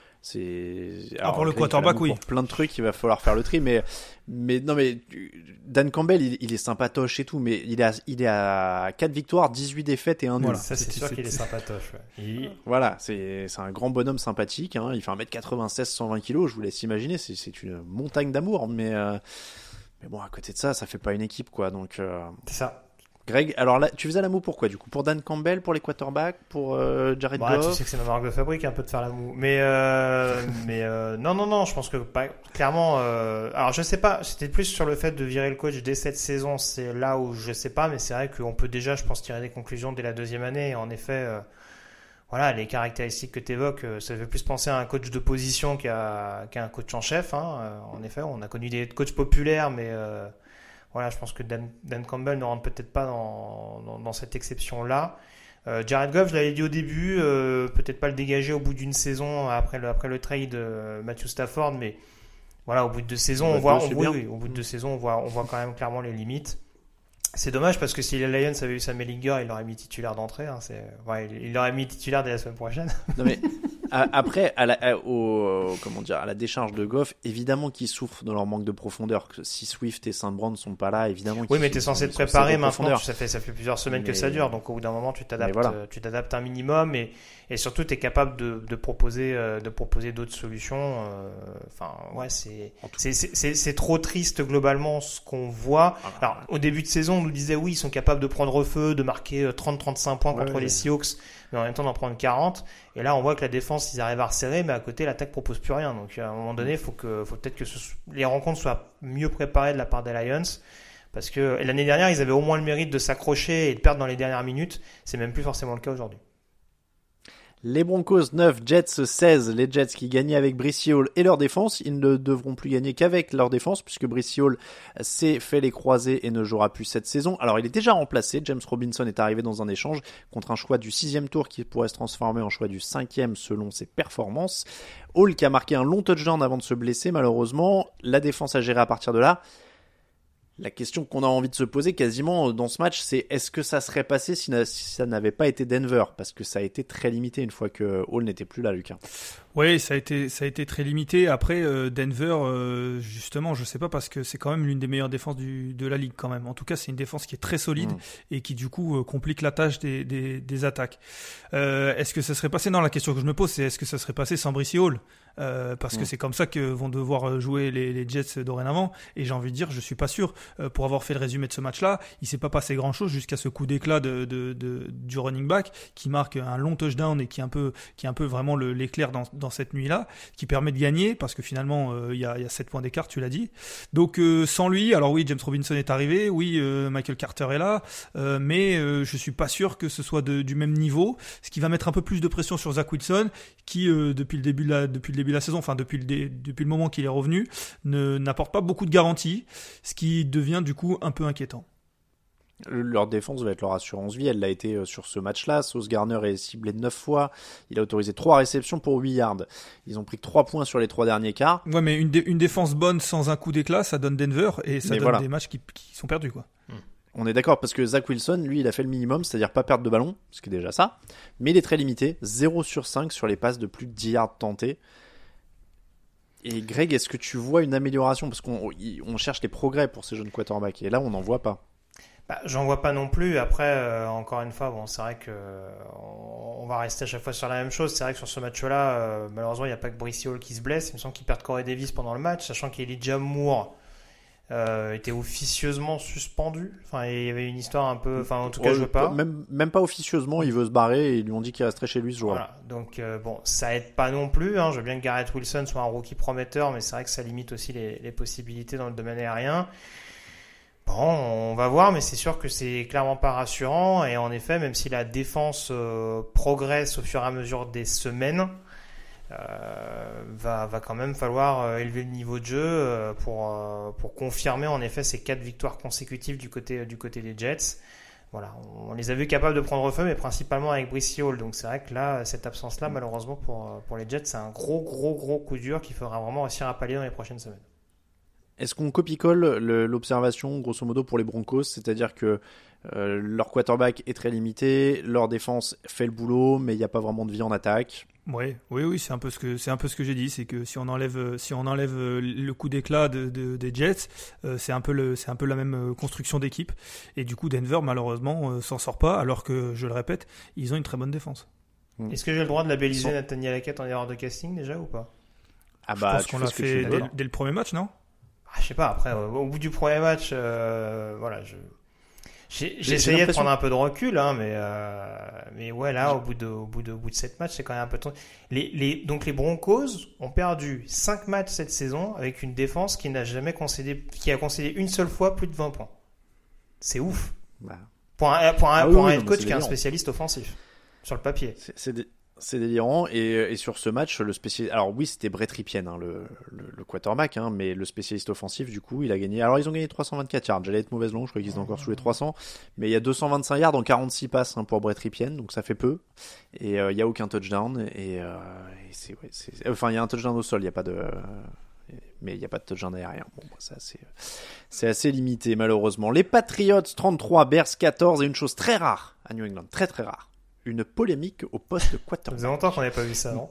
c'est. Alors, ah, pour le quarterback, oui. Pour plein de trucs, il va falloir faire le tri, mais mais non mais Dan Campbell, il, il est sympatoche et tout, mais il est à, il est à quatre victoires, dix-huit défaites et un nul. Voilà, ça c'est, c'est sûr c'est, qu'il est sympatoche. Ouais. Il... Voilà, c'est c'est un grand bonhomme sympathique. Hein, il fait un mètre quatre-vingt-seize, cent vingt kilos. Je vous laisse imaginer, c'est c'est une montagne d'amour, mais. Euh... Mais bon, à côté de ça, ça fait pas une équipe, quoi. Donc, euh... c'est ça. Greg, alors là, tu faisais la moue pourquoi, du coup? Pour Dan Campbell, pour les quarterbacks, pour euh, Jared bah, Goff? Tu sais que c'est ma marque de fabrique, un peu de faire la moue. Mais, euh, mais euh, non, non, non, je pense que bah, clairement... Euh, alors, je sais pas, c'était plus sur le fait de virer le coach dès cette saison. C'est là où je sais pas, mais c'est vrai qu'on peut déjà, je pense, tirer des conclusions dès la deuxième année. Et en effet... Euh, Voilà, les caractéristiques que tu évoques, ça fait plus penser à un coach de position qu'à, qu'à un coach en chef. Hein. En effet, on a connu des coachs populaires, mais euh, voilà, je pense que Dan, Dan Campbell ne rentre peut-être pas dans, dans, dans cette exception-là. Euh, Jared Goff, je l'avais dit au début, euh, peut-être pas le dégager au bout d'une saison après le, après le trade euh, Matthew Stafford, mais voilà, au bout de deux saisons, on voit, on, oui, oui, au bout de deux saisons, on voit, on voit quand même clairement les limites. C'est dommage parce que si les Lions avaient eu Sam Ehlinger, il l'aurait mis titulaire d'entrée. Hein, c'est... Ouais, il l'aurait mis titulaire dès la semaine prochaine. Non mais à, après, à la, à, au, comment dire, à la décharge de Goff, évidemment qu'ils souffrent de leur manque de profondeur. Si Swift et Saint Brown ne sont pas là, évidemment. Oui, mais t'es censé te préparer maintenant. Ça fait ça fait plusieurs semaines mais... que ça dure, donc au bout d'un moment, tu t'adaptes, voilà. tu t'adaptes un minimum et et surtout t'es capable de, de proposer de proposer d'autres solutions. Enfin, ouais, c'est c'est, c'est c'est c'est trop triste globalement ce qu'on voit. Alors au début de saison, on nous disait oui, ils sont capables de prendre feu, de marquer trente à trente-cinq points contre ouais, les Seahawks, mais en même temps d'en prendre quarante. Et là, on voit que la défense, ils arrivent à resserrer, mais à côté, l'attaque propose plus rien. Donc, à un moment donné, il faut que, faut peut-être que ce, les rencontres soient mieux préparées de la part des Lions. Parce que l'année dernière, ils avaient au moins le mérite de s'accrocher et de perdre dans les dernières minutes. C'est même plus forcément le cas aujourd'hui. Les Broncos neuf, Jets seize, les Jets qui gagnaient avec Bryce Hall et leur défense. Ils ne devront plus gagner qu'avec leur défense puisque Bryce Hall s'est fait les croisés et ne jouera plus cette saison. Alors il est déjà remplacé, James Robinson est arrivé dans un échange contre un choix du sixième tour qui pourrait se transformer en choix du cinquième selon ses performances. Hall qui a marqué un long touchdown avant de se blesser malheureusement, la défense a géré à partir de là. La question qu'on a envie de se poser quasiment dans ce match, c'est est-ce que ça serait passé si, si ça n'avait pas été Denver? Parce que ça a été très limité une fois que Hall n'était plus là, Lucas. Oui, ça a été ça a été très limité. Après euh, Denver, euh, justement, je sais pas parce que c'est quand même l'une des meilleures défenses du, de la ligue quand même. En tout cas, c'est une défense qui est très solide mmh. et qui du coup euh, complique la tâche des des, des attaques. Euh, est-ce que ça serait passé? Non, la question que je me pose, c'est est-ce que ça serait passé sans Bryce Hall? Euh, parce mmh. que c'est comme ça que vont devoir jouer les, les Jets dorénavant. Et j'ai envie de dire, je suis pas sûr. Euh, pour avoir fait le résumé de ce match-là, il s'est pas passé grand-chose jusqu'à ce coup d'éclat de, de, de, du running back qui marque un long touchdown et qui est un peu, qui est un peu vraiment le, l'éclair dans, dans cette nuit-là, qui permet de gagner parce que finalement il euh, y a, y a sept points d'écart, tu l'as dit. Donc euh, sans lui, alors oui, James Robinson est arrivé, oui, euh, Michael Carter est là, euh, mais euh, je suis pas sûr que ce soit de, du même niveau, ce qui va mettre un peu plus de pression sur Zach Wilson, qui euh, depuis le début de la, depuis le début de la saison, enfin depuis le dé, depuis le moment qu'il est revenu, ne n'apporte pas beaucoup de garanties, ce qui devient du coup un peu inquiétant. Leur défense va être leur assurance vie, elle l'a été sur ce match-là. Sauce Gardner est ciblé neuf fois, il a autorisé trois réceptions pour huit yards. Ils ont pris trois points sur les trois derniers quarts. Ouais, mais une, dé- une défense bonne sans un coup d'éclat, ça donne Denver et ça mais donne voilà. des matchs qui, qui sont perdus, quoi. On est d'accord parce que Zach Wilson, lui, il a fait le minimum, c'est-à-dire pas perdre de ballon, ce qui est déjà ça, mais il est très limité, zéro sur cinq sur les passes de plus de dix yards tentés. Et Greg, est-ce que tu vois une amélioration? Parce qu'on on cherche les progrès pour ces jeunes quarterbacks et là, on n'en voit pas. Bah, j'en vois pas non plus. Après, euh, encore une fois, bon, c'est vrai que euh, on va rester à chaque fois sur la même chose. C'est vrai que sur ce match-là, euh, malheureusement, il n'y a pas que Brice Hall qui se blesse. Il me semble qu'ils perdent Corey Davis pendant le match, sachant qu'Elijah Moore euh, était officieusement suspendu. Enfin, il y avait une histoire un peu. Enfin, en tout cas, Ouais, je veux pas. Même, même pas officieusement, il veut se barrer et ils lui ont dit qu'il resterait chez lui ce jour-là. Voilà. Donc, euh, bon, ça aide pas non plus. Hein. Je veux bien que Garrett Wilson soit un rookie prometteur, mais c'est vrai que ça limite aussi les, les possibilités dans le domaine aérien. Bon, on va voir, mais c'est sûr que c'est clairement pas rassurant. Et en effet, même si la défense euh, progresse au fur et à mesure des semaines, euh, va, va quand même falloir euh, élever le niveau de jeu euh, pour, euh, pour confirmer en effet ces quatre victoires consécutives du côté, du côté des Jets. Voilà, on, on les a vus capables de prendre feu, mais principalement avec Brice Hall. Donc c'est vrai que là, cette absence-là, malheureusement pour, pour les Jets, c'est un gros, gros, gros coup dur qu'il faudra vraiment réussir à pallier dans les prochaines semaines. Est-ce qu'on copie-colle le, l'observation, grosso modo, pour les Broncos, c'est-à-dire que euh, leur quarterback est très limité, leur défense fait le boulot, mais il n'y a pas vraiment de vie en attaque. Ouais, oui, oui, c'est un peu ce que c'est un peu ce que j'ai dit, c'est que si on enlève si on enlève le coup d'éclat de, de, des Jets, euh, c'est un peu le c'est un peu la même construction d'équipe, et du coup Denver malheureusement euh, s'en sort pas, alors que je le répète, ils ont une très bonne défense. Mmh. Est-ce que j'ai le droit de labelliser Nathaniel Hackett en erreur de casting déjà ou pas? Ah je bah, pense qu'on l'a fait dès, dès le premier match, non? Ah, je sais pas, après, euh, au bout du premier match, euh, voilà, je... j'ai, j'ai essayé de prendre un peu de recul, hein, mais, euh, mais ouais, là, au bout de, au bout de, au bout de sept matchs, c'est quand même un peu de... les, les, donc les Broncos ont perdu cinq matchs cette saison avec une défense qui n'a jamais concédé, qui a concédé une seule fois plus de vingt points. C'est ouf. Bah. Pour un, pour un, ah, pour oui, un oui, head coach non, qui est un spécialiste offensif, sur le papier. C'est, c'est, dé... c'est délirant, et, et sur ce match, le spécialiste, alors oui, c'était Brett Rypien, hein, le, le, le quarterback, hein, mais le spécialiste offensif, du coup, il a gagné, alors ils ont gagné trois cent vingt-quatre yards, j'allais être mauvaise longue, je crois qu'ils étaient encore sous les trois cents, mais il y a deux cent vingt-cinq yards en quarante-six passes, hein, pour Brett Rypien, donc ça fait peu, et euh, il y a aucun touchdown, et, euh, et c'est, ouais, c'est, enfin, il y a un touchdown au sol, il n'y a pas de... Euh, mais il n'y a pas de touchdown aérien. Bon, c'est assez, c'est assez limité, malheureusement. Les Patriots trente-trois, Bears quatorze, et une chose très rare à New England, très très rare, une polémique au poste de quarterback. Ça faisait longtemps qu'on n'avait pas vu ça, non?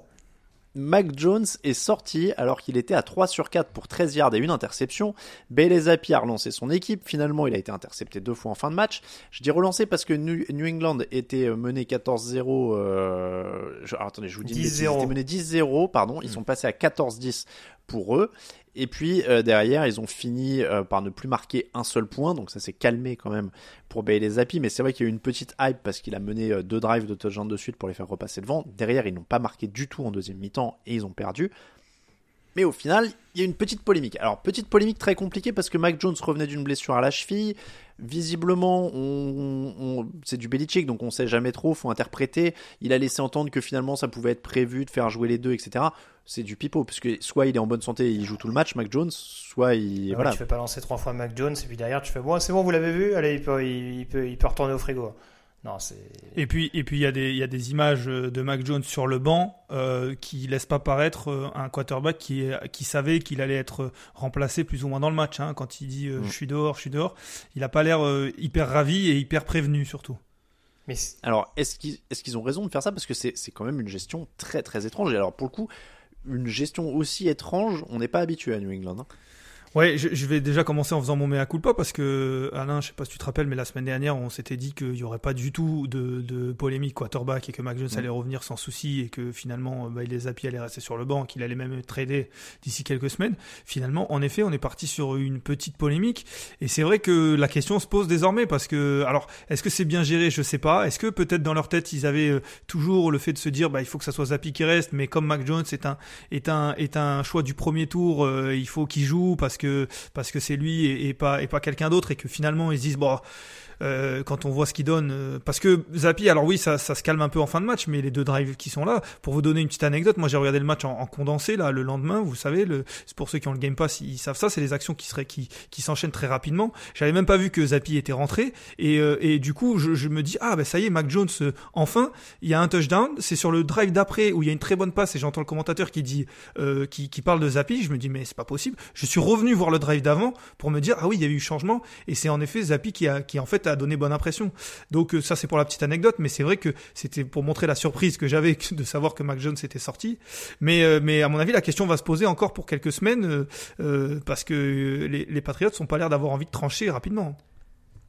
Mac Jones est sorti alors qu'il était à trois sur quatre pour treize yards et une interception. Bailey Zappi a relancé son équipe. Finalement, il a été intercepté deux fois en fin de match. Je dis relancé parce que New England était mené quatorze zéro. Euh... Je... Alors, attendez, je vous dis dix zéro. Ils étaient menés dix zéro, pardon. Ils mmh. sont passés à quatorze dix pour eux. Et puis euh, derrière, ils ont fini euh, par ne plus marquer un seul point, donc ça s'est calmé quand même pour Bailey Zappi, mais c'est vrai qu'il y a eu une petite hype parce qu'il a mené euh, deux drives de touchdown de suite pour les faire repasser devant. Derrière, ils n'ont pas marqué du tout en deuxième mi-temps et ils ont perdu. Mais au final, il y a une petite polémique. Alors, petite polémique très compliquée parce que Mac Jones revenait d'une blessure à la cheville. Visiblement, on, on, c'est du Belichick, donc on sait jamais trop, faut interpréter. Il a laissé entendre que finalement ça pouvait être prévu de faire jouer les deux, et cetera. C'est du pipeau, puisque soit il est en bonne santé et il joue tout le match, Mac Jones, soit il... Ah voilà. Ouais, tu fais pas lancer trois fois Mac Jones, et puis derrière tu fais, bon, c'est bon, vous l'avez vu, allez, il peut, il, il peut, il peut retourner au frigo. Non, c'est... Et puis, et puis il y a des, il y a des images de Mac Jones sur le banc euh, qui laissent pas paraître un quarterback qui, qui savait qu'il allait être remplacé plus ou moins dans le match. Hein, quand il dit euh, mmh. je suis dehors, je suis dehors, il a pas l'air euh, hyper ravi et hyper prévenu surtout. Mais alors, est-ce qu'ils, est-ce qu'ils ont raison de faire ça? Parce que c'est, c'est quand même une gestion très très étrange. Et alors, pour le coup, une gestion aussi étrange, on n'est pas habitué à New England. Hein. Ouais, je, je vais déjà commencer en faisant mon mea culpa parce que, Alain, je sais pas si tu te rappelles, mais la semaine dernière, on s'était dit qu'il y aurait pas du tout de, de polémique quarterback et que Mac Jones mmh. allait revenir sans souci et que finalement, bah, les Zappi allait rester sur le banc, qu'il allait même être tradé d'ici quelques semaines. Finalement, en effet, on est parti sur une petite polémique et c'est vrai que la question se pose désormais parce que, alors, est-ce que c'est bien géré? Je sais pas. Est-ce que peut-être dans leur tête, ils avaient euh, toujours le fait de se dire, bah, il faut que ça soit Zappi qui reste, mais comme Mac Jones est un, est un, est un choix du premier tour, euh, il faut qu'il joue parce que Que, parce que c'est lui et, et pas et pas quelqu'un d'autre et que finalement ils se disent bon euh, quand on voit ce qu'il donne euh, parce que Zappi, alors oui ça, ça se calme un peu en fin de match, mais les deux drives qui sont là, pour vous donner une petite anecdote, moi j'ai regardé le match en, en condensé là le lendemain, vous savez, le, c'est pour ceux qui ont le Game Pass, ils savent ça, c'est les actions qui seraient qui qui s'enchaînent très rapidement. J'avais même pas vu que Zappi était rentré et euh, et du coup je, je me dis ah ben ça y est, Mac Jones euh, enfin il y a un touchdown, c'est sur le drive d'après où il y a une très bonne passe et j'entends le commentateur qui dit euh, qui qui parle de Zappi, je me dis mais c'est pas possible, je suis revenu voir le drive d'avant pour me dire ah oui il y a eu changement et c'est en effet Zappi qui a qui en fait a donné bonne impression. Donc ça c'est pour la petite anecdote, mais c'est vrai que c'était pour montrer la surprise que j'avais de savoir que Mac Jones était sorti. Mais euh, mais à mon avis la question va se poser encore pour quelques semaines euh, euh, parce que les, les Patriots n'ont pas l'air d'avoir envie de trancher rapidement.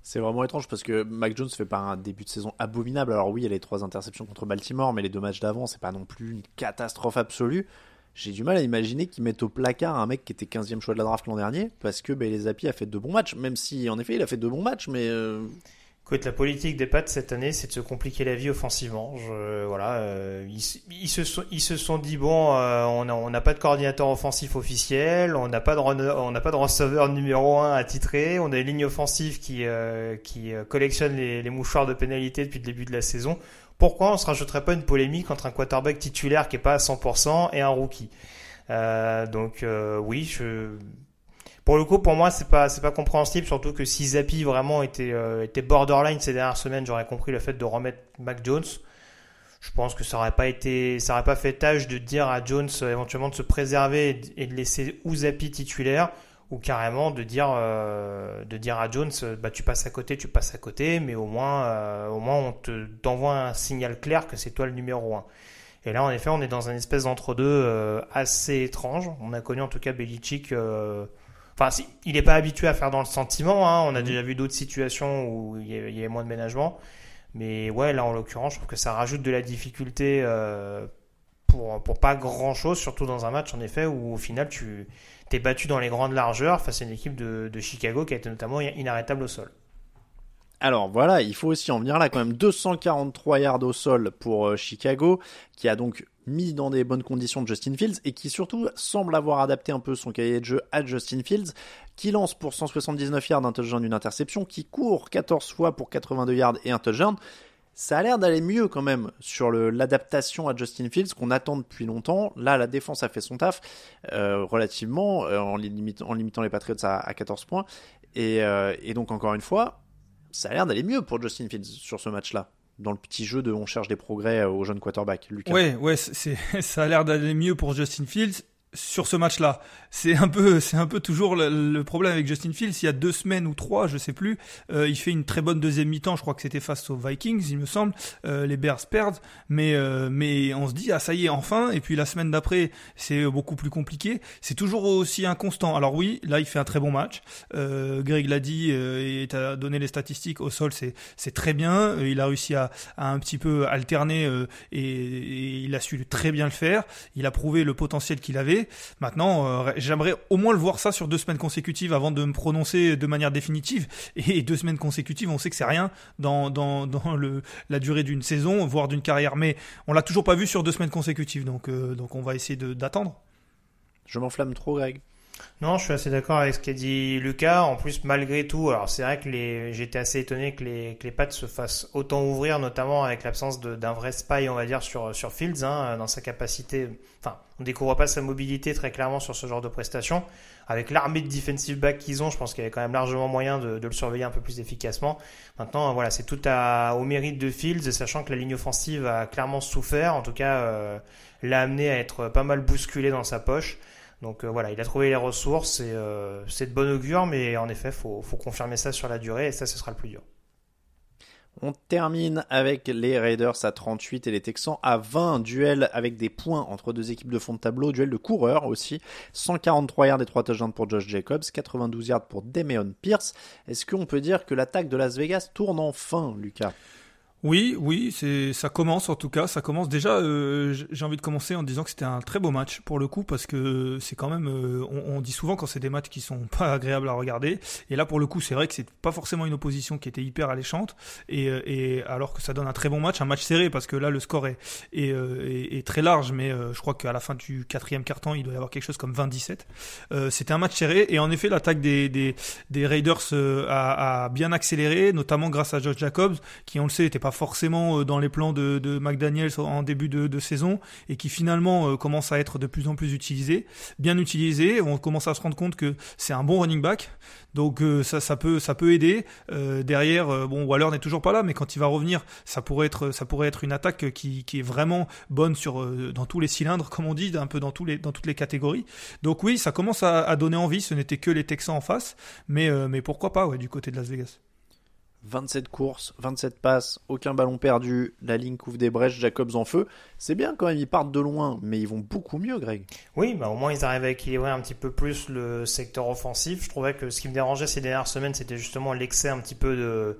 C'est vraiment étrange parce que Mac Jones fait pas un début de saison abominable. Alors oui, il y a les trois interceptions contre Baltimore, mais les deux matchs d'avant, c'est pas non plus une catastrophe absolue. J'ai du mal à imaginer qu'ils mettent au placard un mec qui était quinzième choix de la draft l'an dernier parce que ben, les Zappi a fait deux bons matchs, même si en effet il a fait deux bons matchs, mais... Euh... Écoute, la politique des Pats cette année, c'est de se compliquer la vie offensivement. Je, voilà, euh, ils, ils, se sont, ils se sont dit bon, euh, on n'a on a pas de coordinateur offensif officiel, on n'a pas de runner, on n'a pas de receveur numéro un attitré, on a une ligne offensive qui euh, qui collectionne les, les mouchoirs de pénalité depuis le début de la saison. Pourquoi on se rajouterait pas une polémique entre un quarterback titulaire qui est pas à cent pour cent et un rookie? euh, Donc euh, oui, je Pour le coup, pour moi, c'est pas c'est pas compréhensible, surtout que si Zappi vraiment était euh, était borderline ces dernières semaines, j'aurais compris le fait de remettre Mac Jones. Je pense que ça aurait pas été ça aurait pas fait tâche de dire à Jones euh, éventuellement de se préserver et de laisser ou Zappi titulaire, ou carrément de dire euh, de dire à Jones bah tu passes à côté, tu passes à côté, mais au moins euh, au moins on te t'envoie un signal clair que c'est toi le numéro un. Et là, en effet, on est dans une espèce d'entre-deux euh, assez étrange. On a connu en tout cas Belichick. Euh, Enfin, si, il n'est pas habitué à faire dans le sentiment. Hein. On a mmh. déjà vu d'autres situations où il y avait, il y avait moins de ménagement. Mais ouais, là, en l'occurrence, je trouve que ça rajoute de la difficulté euh, pour, pour pas grand-chose, surtout dans un match, en effet, où au final, tu t'es battu dans les grandes largeurs face à une équipe de, de Chicago qui a été notamment inarrêtable au sol. Alors voilà, il faut aussi en venir là quand même. deux cent quarante-trois yards au sol pour euh, Chicago, qui a donc mis dans des bonnes conditions de Justin Fields et qui surtout semble avoir adapté un peu son cahier de jeu à Justin Fields, qui lance pour cent soixante-dix-neuf yards, un touchdown, une interception, qui court quatorze fois pour quatre-vingt-deux yards et un touchdown. Ça a l'air d'aller mieux quand même sur le, l'adaptation à Justin Fields qu'on attend depuis longtemps. Là, la défense a fait son taf euh, relativement euh, en, limite, en limitant les Patriots à, à quatorze points. Et, euh, et donc encore une fois, ça a l'air d'aller mieux pour Justin Fields sur ce match-là. Dans le petit jeu de on cherche des progrès aux jeunes quarterbacks. Lucas. Ouais, ouais, c'est, ça a l'air d'aller mieux pour Justin Fields sur ce match-là. C'est un peu, c'est un peu toujours le, le problème avec Justin Fields. Il y a deux semaines ou trois, je sais plus, euh, il fait une très bonne deuxième mi-temps. Je crois que c'était face aux Vikings, il me semble. Euh, les Bears perdent, mais euh, mais on se dit ah ça y est enfin. Et puis la semaine d'après, c'est beaucoup plus compliqué. C'est toujours aussi inconstant. Alors oui, là il fait un très bon match. Euh, Greg l'a dit euh, et t'as donné les statistiques au sol, c'est c'est très bien. Il a réussi à, à un petit peu alterner euh, et, et il a su très bien le faire. Il a prouvé le potentiel qu'il avait. Maintenant, euh, j'aimerais au moins le voir ça sur deux semaines consécutives avant de me prononcer de manière définitive. Et deux semaines consécutives, on sait que c'est rien dans dans dans le la durée d'une saison, voire d'une carrière. Mais on l'a toujours pas vu sur deux semaines consécutives, donc euh, donc on va essayer de, d'attendre. Je m'enflamme trop, Greg. Non, je suis assez d'accord avec ce qu'a dit Lucas. En plus, malgré tout, alors c'est vrai que les, j'étais assez étonné que les, que les Pats se fassent autant ouvrir, notamment avec l'absence de, d'un vrai spy, on va dire, sur, sur Fields, hein, dans sa capacité. Enfin, on découvre pas sa mobilité très clairement sur ce genre de prestations. Avec l'armée de defensive back qu'ils ont, je pense qu'il y avait quand même largement moyen de, de le surveiller un peu plus efficacement. Maintenant, voilà, c'est tout à, au mérite de Fields, sachant que la ligne offensive a clairement souffert. En tout cas, euh, l'a amené à être pas mal bousculé dans sa poche. Donc euh, voilà, il a trouvé les ressources et euh, c'est de bon augure, mais en effet, faut faut confirmer ça sur la durée et ça, ce sera le plus dur. On termine avec les Raiders à trente-huit et les Texans à vingt. Duel avec des points entre deux équipes de fond de tableau. Duel de coureurs aussi. cent quarante-trois yards et trois touchdowns pour Josh Jacobs. quatre-vingt-douze yards pour Dameon Pierce. Est-ce qu'on peut dire que l'attaque de Las Vegas tourne enfin, Lucas ? Oui, oui, c'est ça commence en tout cas, ça commence déjà. Euh, j'ai envie de commencer en disant que c'était un très beau match pour le coup parce que c'est quand même, euh, on, on dit souvent quand c'est des matchs qui sont pas agréables à regarder et là pour le coup c'est vrai que c'est pas forcément une opposition qui était hyper alléchante et, et alors que ça donne un très bon match, un match serré parce que là le score est, est, est, est très large, mais euh, je crois qu'à la fin du quatrième quart-temps il doit y avoir quelque chose comme vingt dix-sept. Euh, c'était un match serré et en effet l'attaque des des, des Raiders euh, a, a bien accéléré, notamment grâce à Josh Jacobs qui on le sait était pas forcément dans les plans de, de McDaniels en début de, de saison et qui finalement euh, commence à être de plus en plus utilisé, bien utilisé. On commence à se rendre compte que c'est un bon running back, donc euh, ça, ça peut, ça peut aider. Euh, derrière, euh, bon, Waller n'est toujours pas là, mais quand il va revenir, ça pourrait être, ça pourrait être une attaque qui, qui est vraiment bonne sur, euh, dans tous les cylindres, comme on dit, un peu dans tous les, dans toutes les catégories. Donc oui, ça commence à, à donner envie. Ce n'était que les Texans en face, mais, euh, mais pourquoi pas, ouais, du côté de Las Vegas. vingt-sept courses, vingt-sept passes, aucun ballon perdu, la ligne couvre des brèches, Jacobs en feu. C'est bien quand même, ils partent de loin, mais ils vont beaucoup mieux, Greg. Oui, bah au moins ils arrivent à équilibrer un petit peu plus le secteur offensif. Je trouvais que ce qui me dérangeait ces dernières semaines, c'était justement l'excès un petit peu de...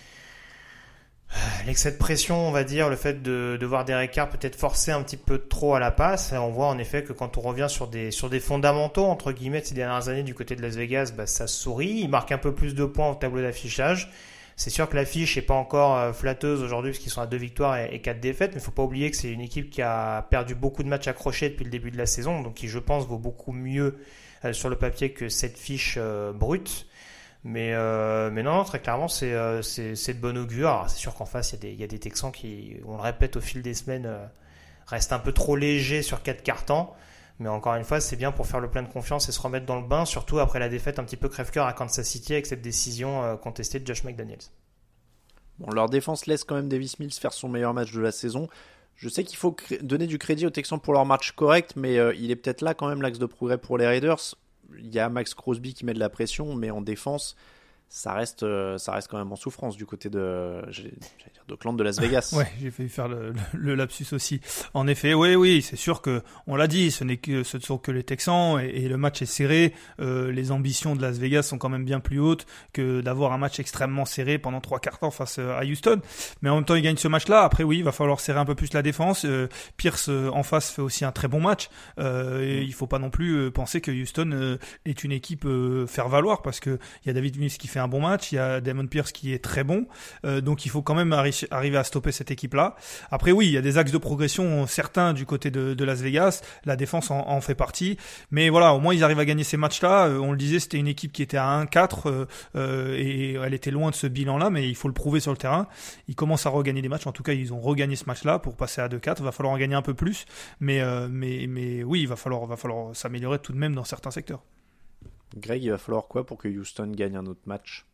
L'excès de pression, on va dire, le fait de, de voir Derek Carr peut-être forcer un petit peu trop à la passe. Et on voit en effet que quand on revient sur des, sur des fondamentaux, entre guillemets, de ces dernières années du côté de Las Vegas, bah, ça sourit. Il marque un peu plus de points au tableau d'affichage. C'est sûr que l'affiche n'est pas encore flatteuse aujourd'hui parce qu'ils sont à deux victoires et, et quatre défaites, mais il ne faut pas oublier que c'est une équipe qui a perdu beaucoup de matchs accrochés depuis le début de la saison, donc qui, je pense, vaut beaucoup mieux euh, sur le papier que cette fiche euh, brute. Mais, euh, mais non, non, très clairement, c'est, euh, c'est, c'est de bon augure. Alors, c'est sûr qu'en face, il y a des, il y a des Texans qui, on le répète au fil des semaines, euh, restent un peu trop légers sur quatre cartons. Mais encore une fois, c'est bien pour faire le plein de confiance et se remettre dans le bain, surtout après la défaite un petit peu crève-cœur à Kansas City avec cette décision euh, contestée de Josh McDaniels. Bon, leur défense laisse quand même Davis Mills faire son meilleur match de la saison. Je sais qu'il faut cré- donner du crédit aux Texans pour leur match correct, mais euh, il est peut-être là quand même l'axe de progrès pour les Raiders. Il y a Max Crosby qui met de la pression, mais en défense, ça reste, euh, ça reste quand même en souffrance du côté de, j'allais dire, d'Oakland, de Las Vegas. Ouais, j'ai failli faire le, le, le lapsus aussi. En effet, oui, oui, c'est sûr que on l'a dit, ce n'est que, ce ne sont que les Texans et, et le match est serré. Euh, les ambitions de Las Vegas sont quand même bien plus hautes que d'avoir un match extrêmement serré pendant trois quarts temps face à Houston. Mais en même temps, ils gagnent ce match-là. Après, oui, il va falloir serrer un peu plus la défense. Euh, Pierce euh, en face fait aussi un très bon match. Euh, et il faut pas non plus euh, penser que Houston euh, est une équipe euh, faire valoir parce que il y a David Mills qui fait un bon match, il y a Damon Pierce qui est très bon. Euh, donc il faut quand même arri- arriver à stopper cette équipe-là. Après, oui, il y a des axes de progression certains du côté de, de Las Vegas. La défense en, en fait partie. Mais voilà, au moins ils arrivent à gagner ces matchs-là. Euh, on le disait, c'était une équipe qui était à un quatre euh, euh, et elle était loin de ce bilan-là, mais il faut le prouver sur le terrain. Ils commencent à regagner des matchs. En tout cas, ils ont regagné ce match-là pour passer à deux quatre. Il va falloir en gagner un peu plus. Mais, euh, mais, mais oui, il va falloir, va falloir s'améliorer tout de même dans certains secteurs. Greg, il va falloir quoi pour que Houston gagne un autre match?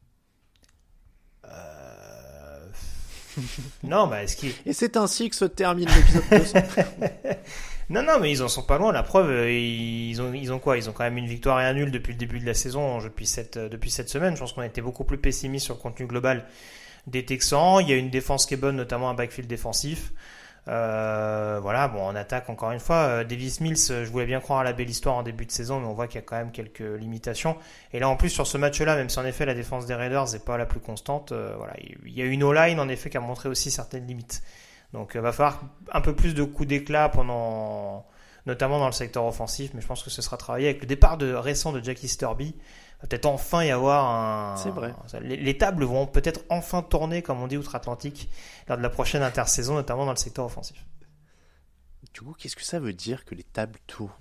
Euh... non, bah, est-ce qu'il... Et c'est ainsi que se termine l'épisode deux cents. Non, non, mais ils en sont pas loin. La preuve, ils ont, ils ont quoi? Ils ont quand même une victoire et un nul depuis le début de la saison, depuis cette, depuis cette semaine. Je pense qu'on était beaucoup plus pessimiste sur le contenu global des Texans. Il y a une défense qui est bonne, notamment un backfield défensif. Euh, voilà, bon, en attaque, encore une fois, euh, Davis Mills, je voulais bien croire à la belle histoire en début de saison, mais on voit qu'il y a quand même quelques limitations. Et là, en plus, sur ce match-là, même si en effet la défense des Raiders n'est pas la plus constante, euh, voilà, il y a une O-line en effet qui a montré aussi certaines limites. Donc, il euh, va falloir un peu plus de coups d'éclat pendant, notamment dans le secteur offensif, mais je pense que ce sera travaillé avec le départ de, récent de Jackie Sturby. Va peut-être enfin y avoir un... C'est vrai. Les, les tables vont peut-être enfin tourner, comme on dit, outre-Atlantique, lors de la prochaine intersaison, notamment dans le secteur offensif. Du coup, qu'est-ce que ça veut dire que les tables tournent?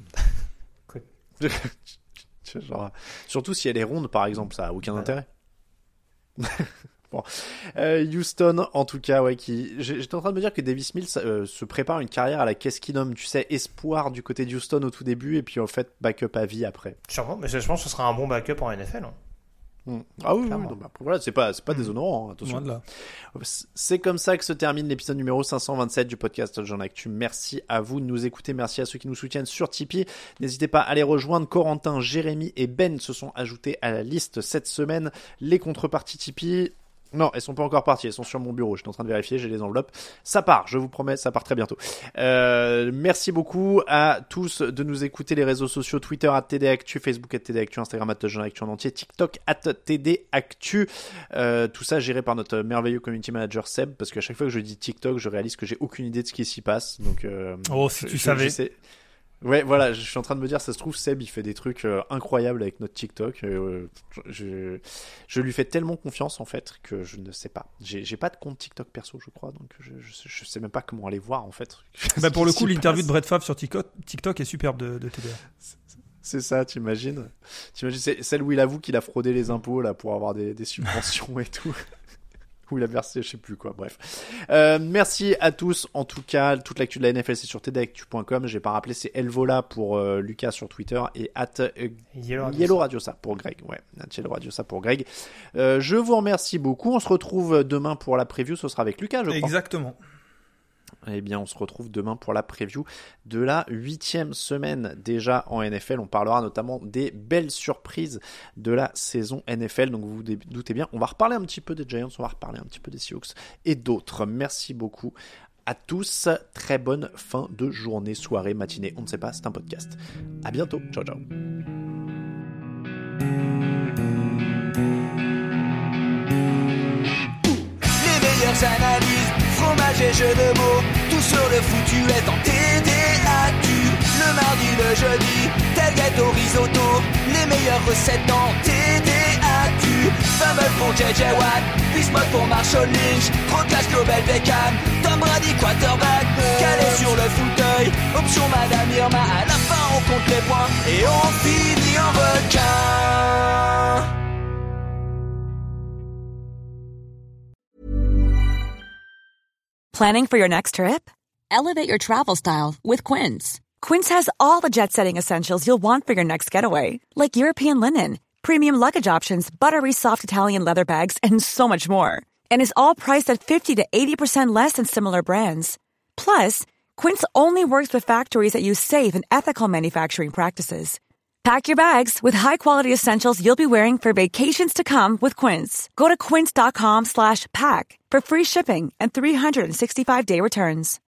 Genre, surtout si elle est ronde, par exemple, ça n'a aucun ouais. intérêt. Bon. Euh, Houston, en tout cas, ouais, qui. J'étais en train de me dire que Davis Mills euh, se prépare une carrière à la Case Keenum, tu sais, espoir du côté de Houston au tout début, et puis en fait, backup à vie après. Sûrement, mais je pense que ce sera un bon backup en N F L. Hein. Mmh. Ah oui, oui non, bah, voilà, c'est pas, c'est pas mmh. déshonorant, hein, attention. Voilà. C'est comme ça que se termine l'épisode numéro cinq cent vingt-sept du podcast Touchdown Actu. Merci à vous de nous écouter, merci à ceux qui nous soutiennent sur Tipeee. N'hésitez pas à les rejoindre. Corentin, Jérémy et Ben se sont ajoutés à la liste cette semaine. Les contreparties Tipeee. Non, elles sont pas encore parties, elles sont sur mon bureau, je suis en train de vérifier, j'ai les enveloppes. Ça part, je vous promets, ça part très bientôt. Euh, merci beaucoup à tous de nous écouter, les réseaux sociaux, Twitter arobase T D Actu, Facebook arobase T D Actu, Instagram arobase Touchdown Actu en entier, TikTok arobase T D Actu. Euh, tout ça géré par notre merveilleux community manager Seb, parce qu'à chaque fois que je dis TikTok, je réalise que j'ai aucune idée de ce qui s'y passe. Donc, euh, oh, si je, tu je, savais. J'essaie... Ouais, voilà, je suis en train de me dire, ça se trouve, Seb, il fait des trucs euh, incroyables avec notre TikTok. Euh, je, je lui fais tellement confiance, en fait, que je ne sais pas. J'ai, j'ai pas de compte TikTok perso, je crois, donc je, je, je sais même pas comment aller voir, en fait. Bah pour le coup, l'interview passe. de Brett Favre sur TikTok, TikTok est superbe de, de T D A. C'est ça, t'imagines, t'imagines c'est celle où il avoue qu'il a fraudé les impôts, là, pour avoir des, des subventions et tout. Ou la versé, je sais plus quoi, bref. Euh, merci à tous, en tout cas, toute l'actu de la N F L, c'est sur T D Actu point com, j'ai pas rappelé, c'est Elvola pour euh, Lucas sur Twitter, et at euh, Yellow, Yellow Radiosa pour Greg, ouais, at Yellow Radiosa pour Greg. Euh, je vous remercie beaucoup, on se retrouve demain pour la preview, ce sera avec Lucas, je crois. Exactement. Eh bien, on se retrouve demain pour la preview de la huitième semaine déjà en N F L. On parlera notamment des belles surprises de la saison N F L. Donc, vous vous doutez bien, on va reparler un petit peu des Giants, on va reparler un petit peu des Seahawks et d'autres. Merci beaucoup à tous. Très bonne fin de journée, soirée, matinée. On ne sait pas, c'est un podcast. À bientôt. Ciao, ciao. Analyse, fromage et jeux de mots, tout sur le foutu est en T D A Q. Le mardi, le jeudi, tailgate au risotto, les meilleures recettes en T D A Q. Fumble pour J J Watt, Bismuth pour Marshall Lynch, Trocas Global Beckham, Tom Brady quarterback, calé sur le fauteuil, option Madame Irma, à la fin on compte les points et on finit en requin. Planning for your next trip? Elevate your travel style with Quince. Quince has all the jet-setting essentials you'll want for your next getaway, like European linen, premium luggage options, buttery soft Italian leather bags, and so much more. And is all priced at fifty to eighty percent less than similar brands. Plus, Quince only works with factories that use safe and ethical manufacturing practices. Pack your bags with high-quality essentials you'll be wearing for vacations to come with Quince. Go to quince.com slash pack for free shipping and three sixty-five day returns.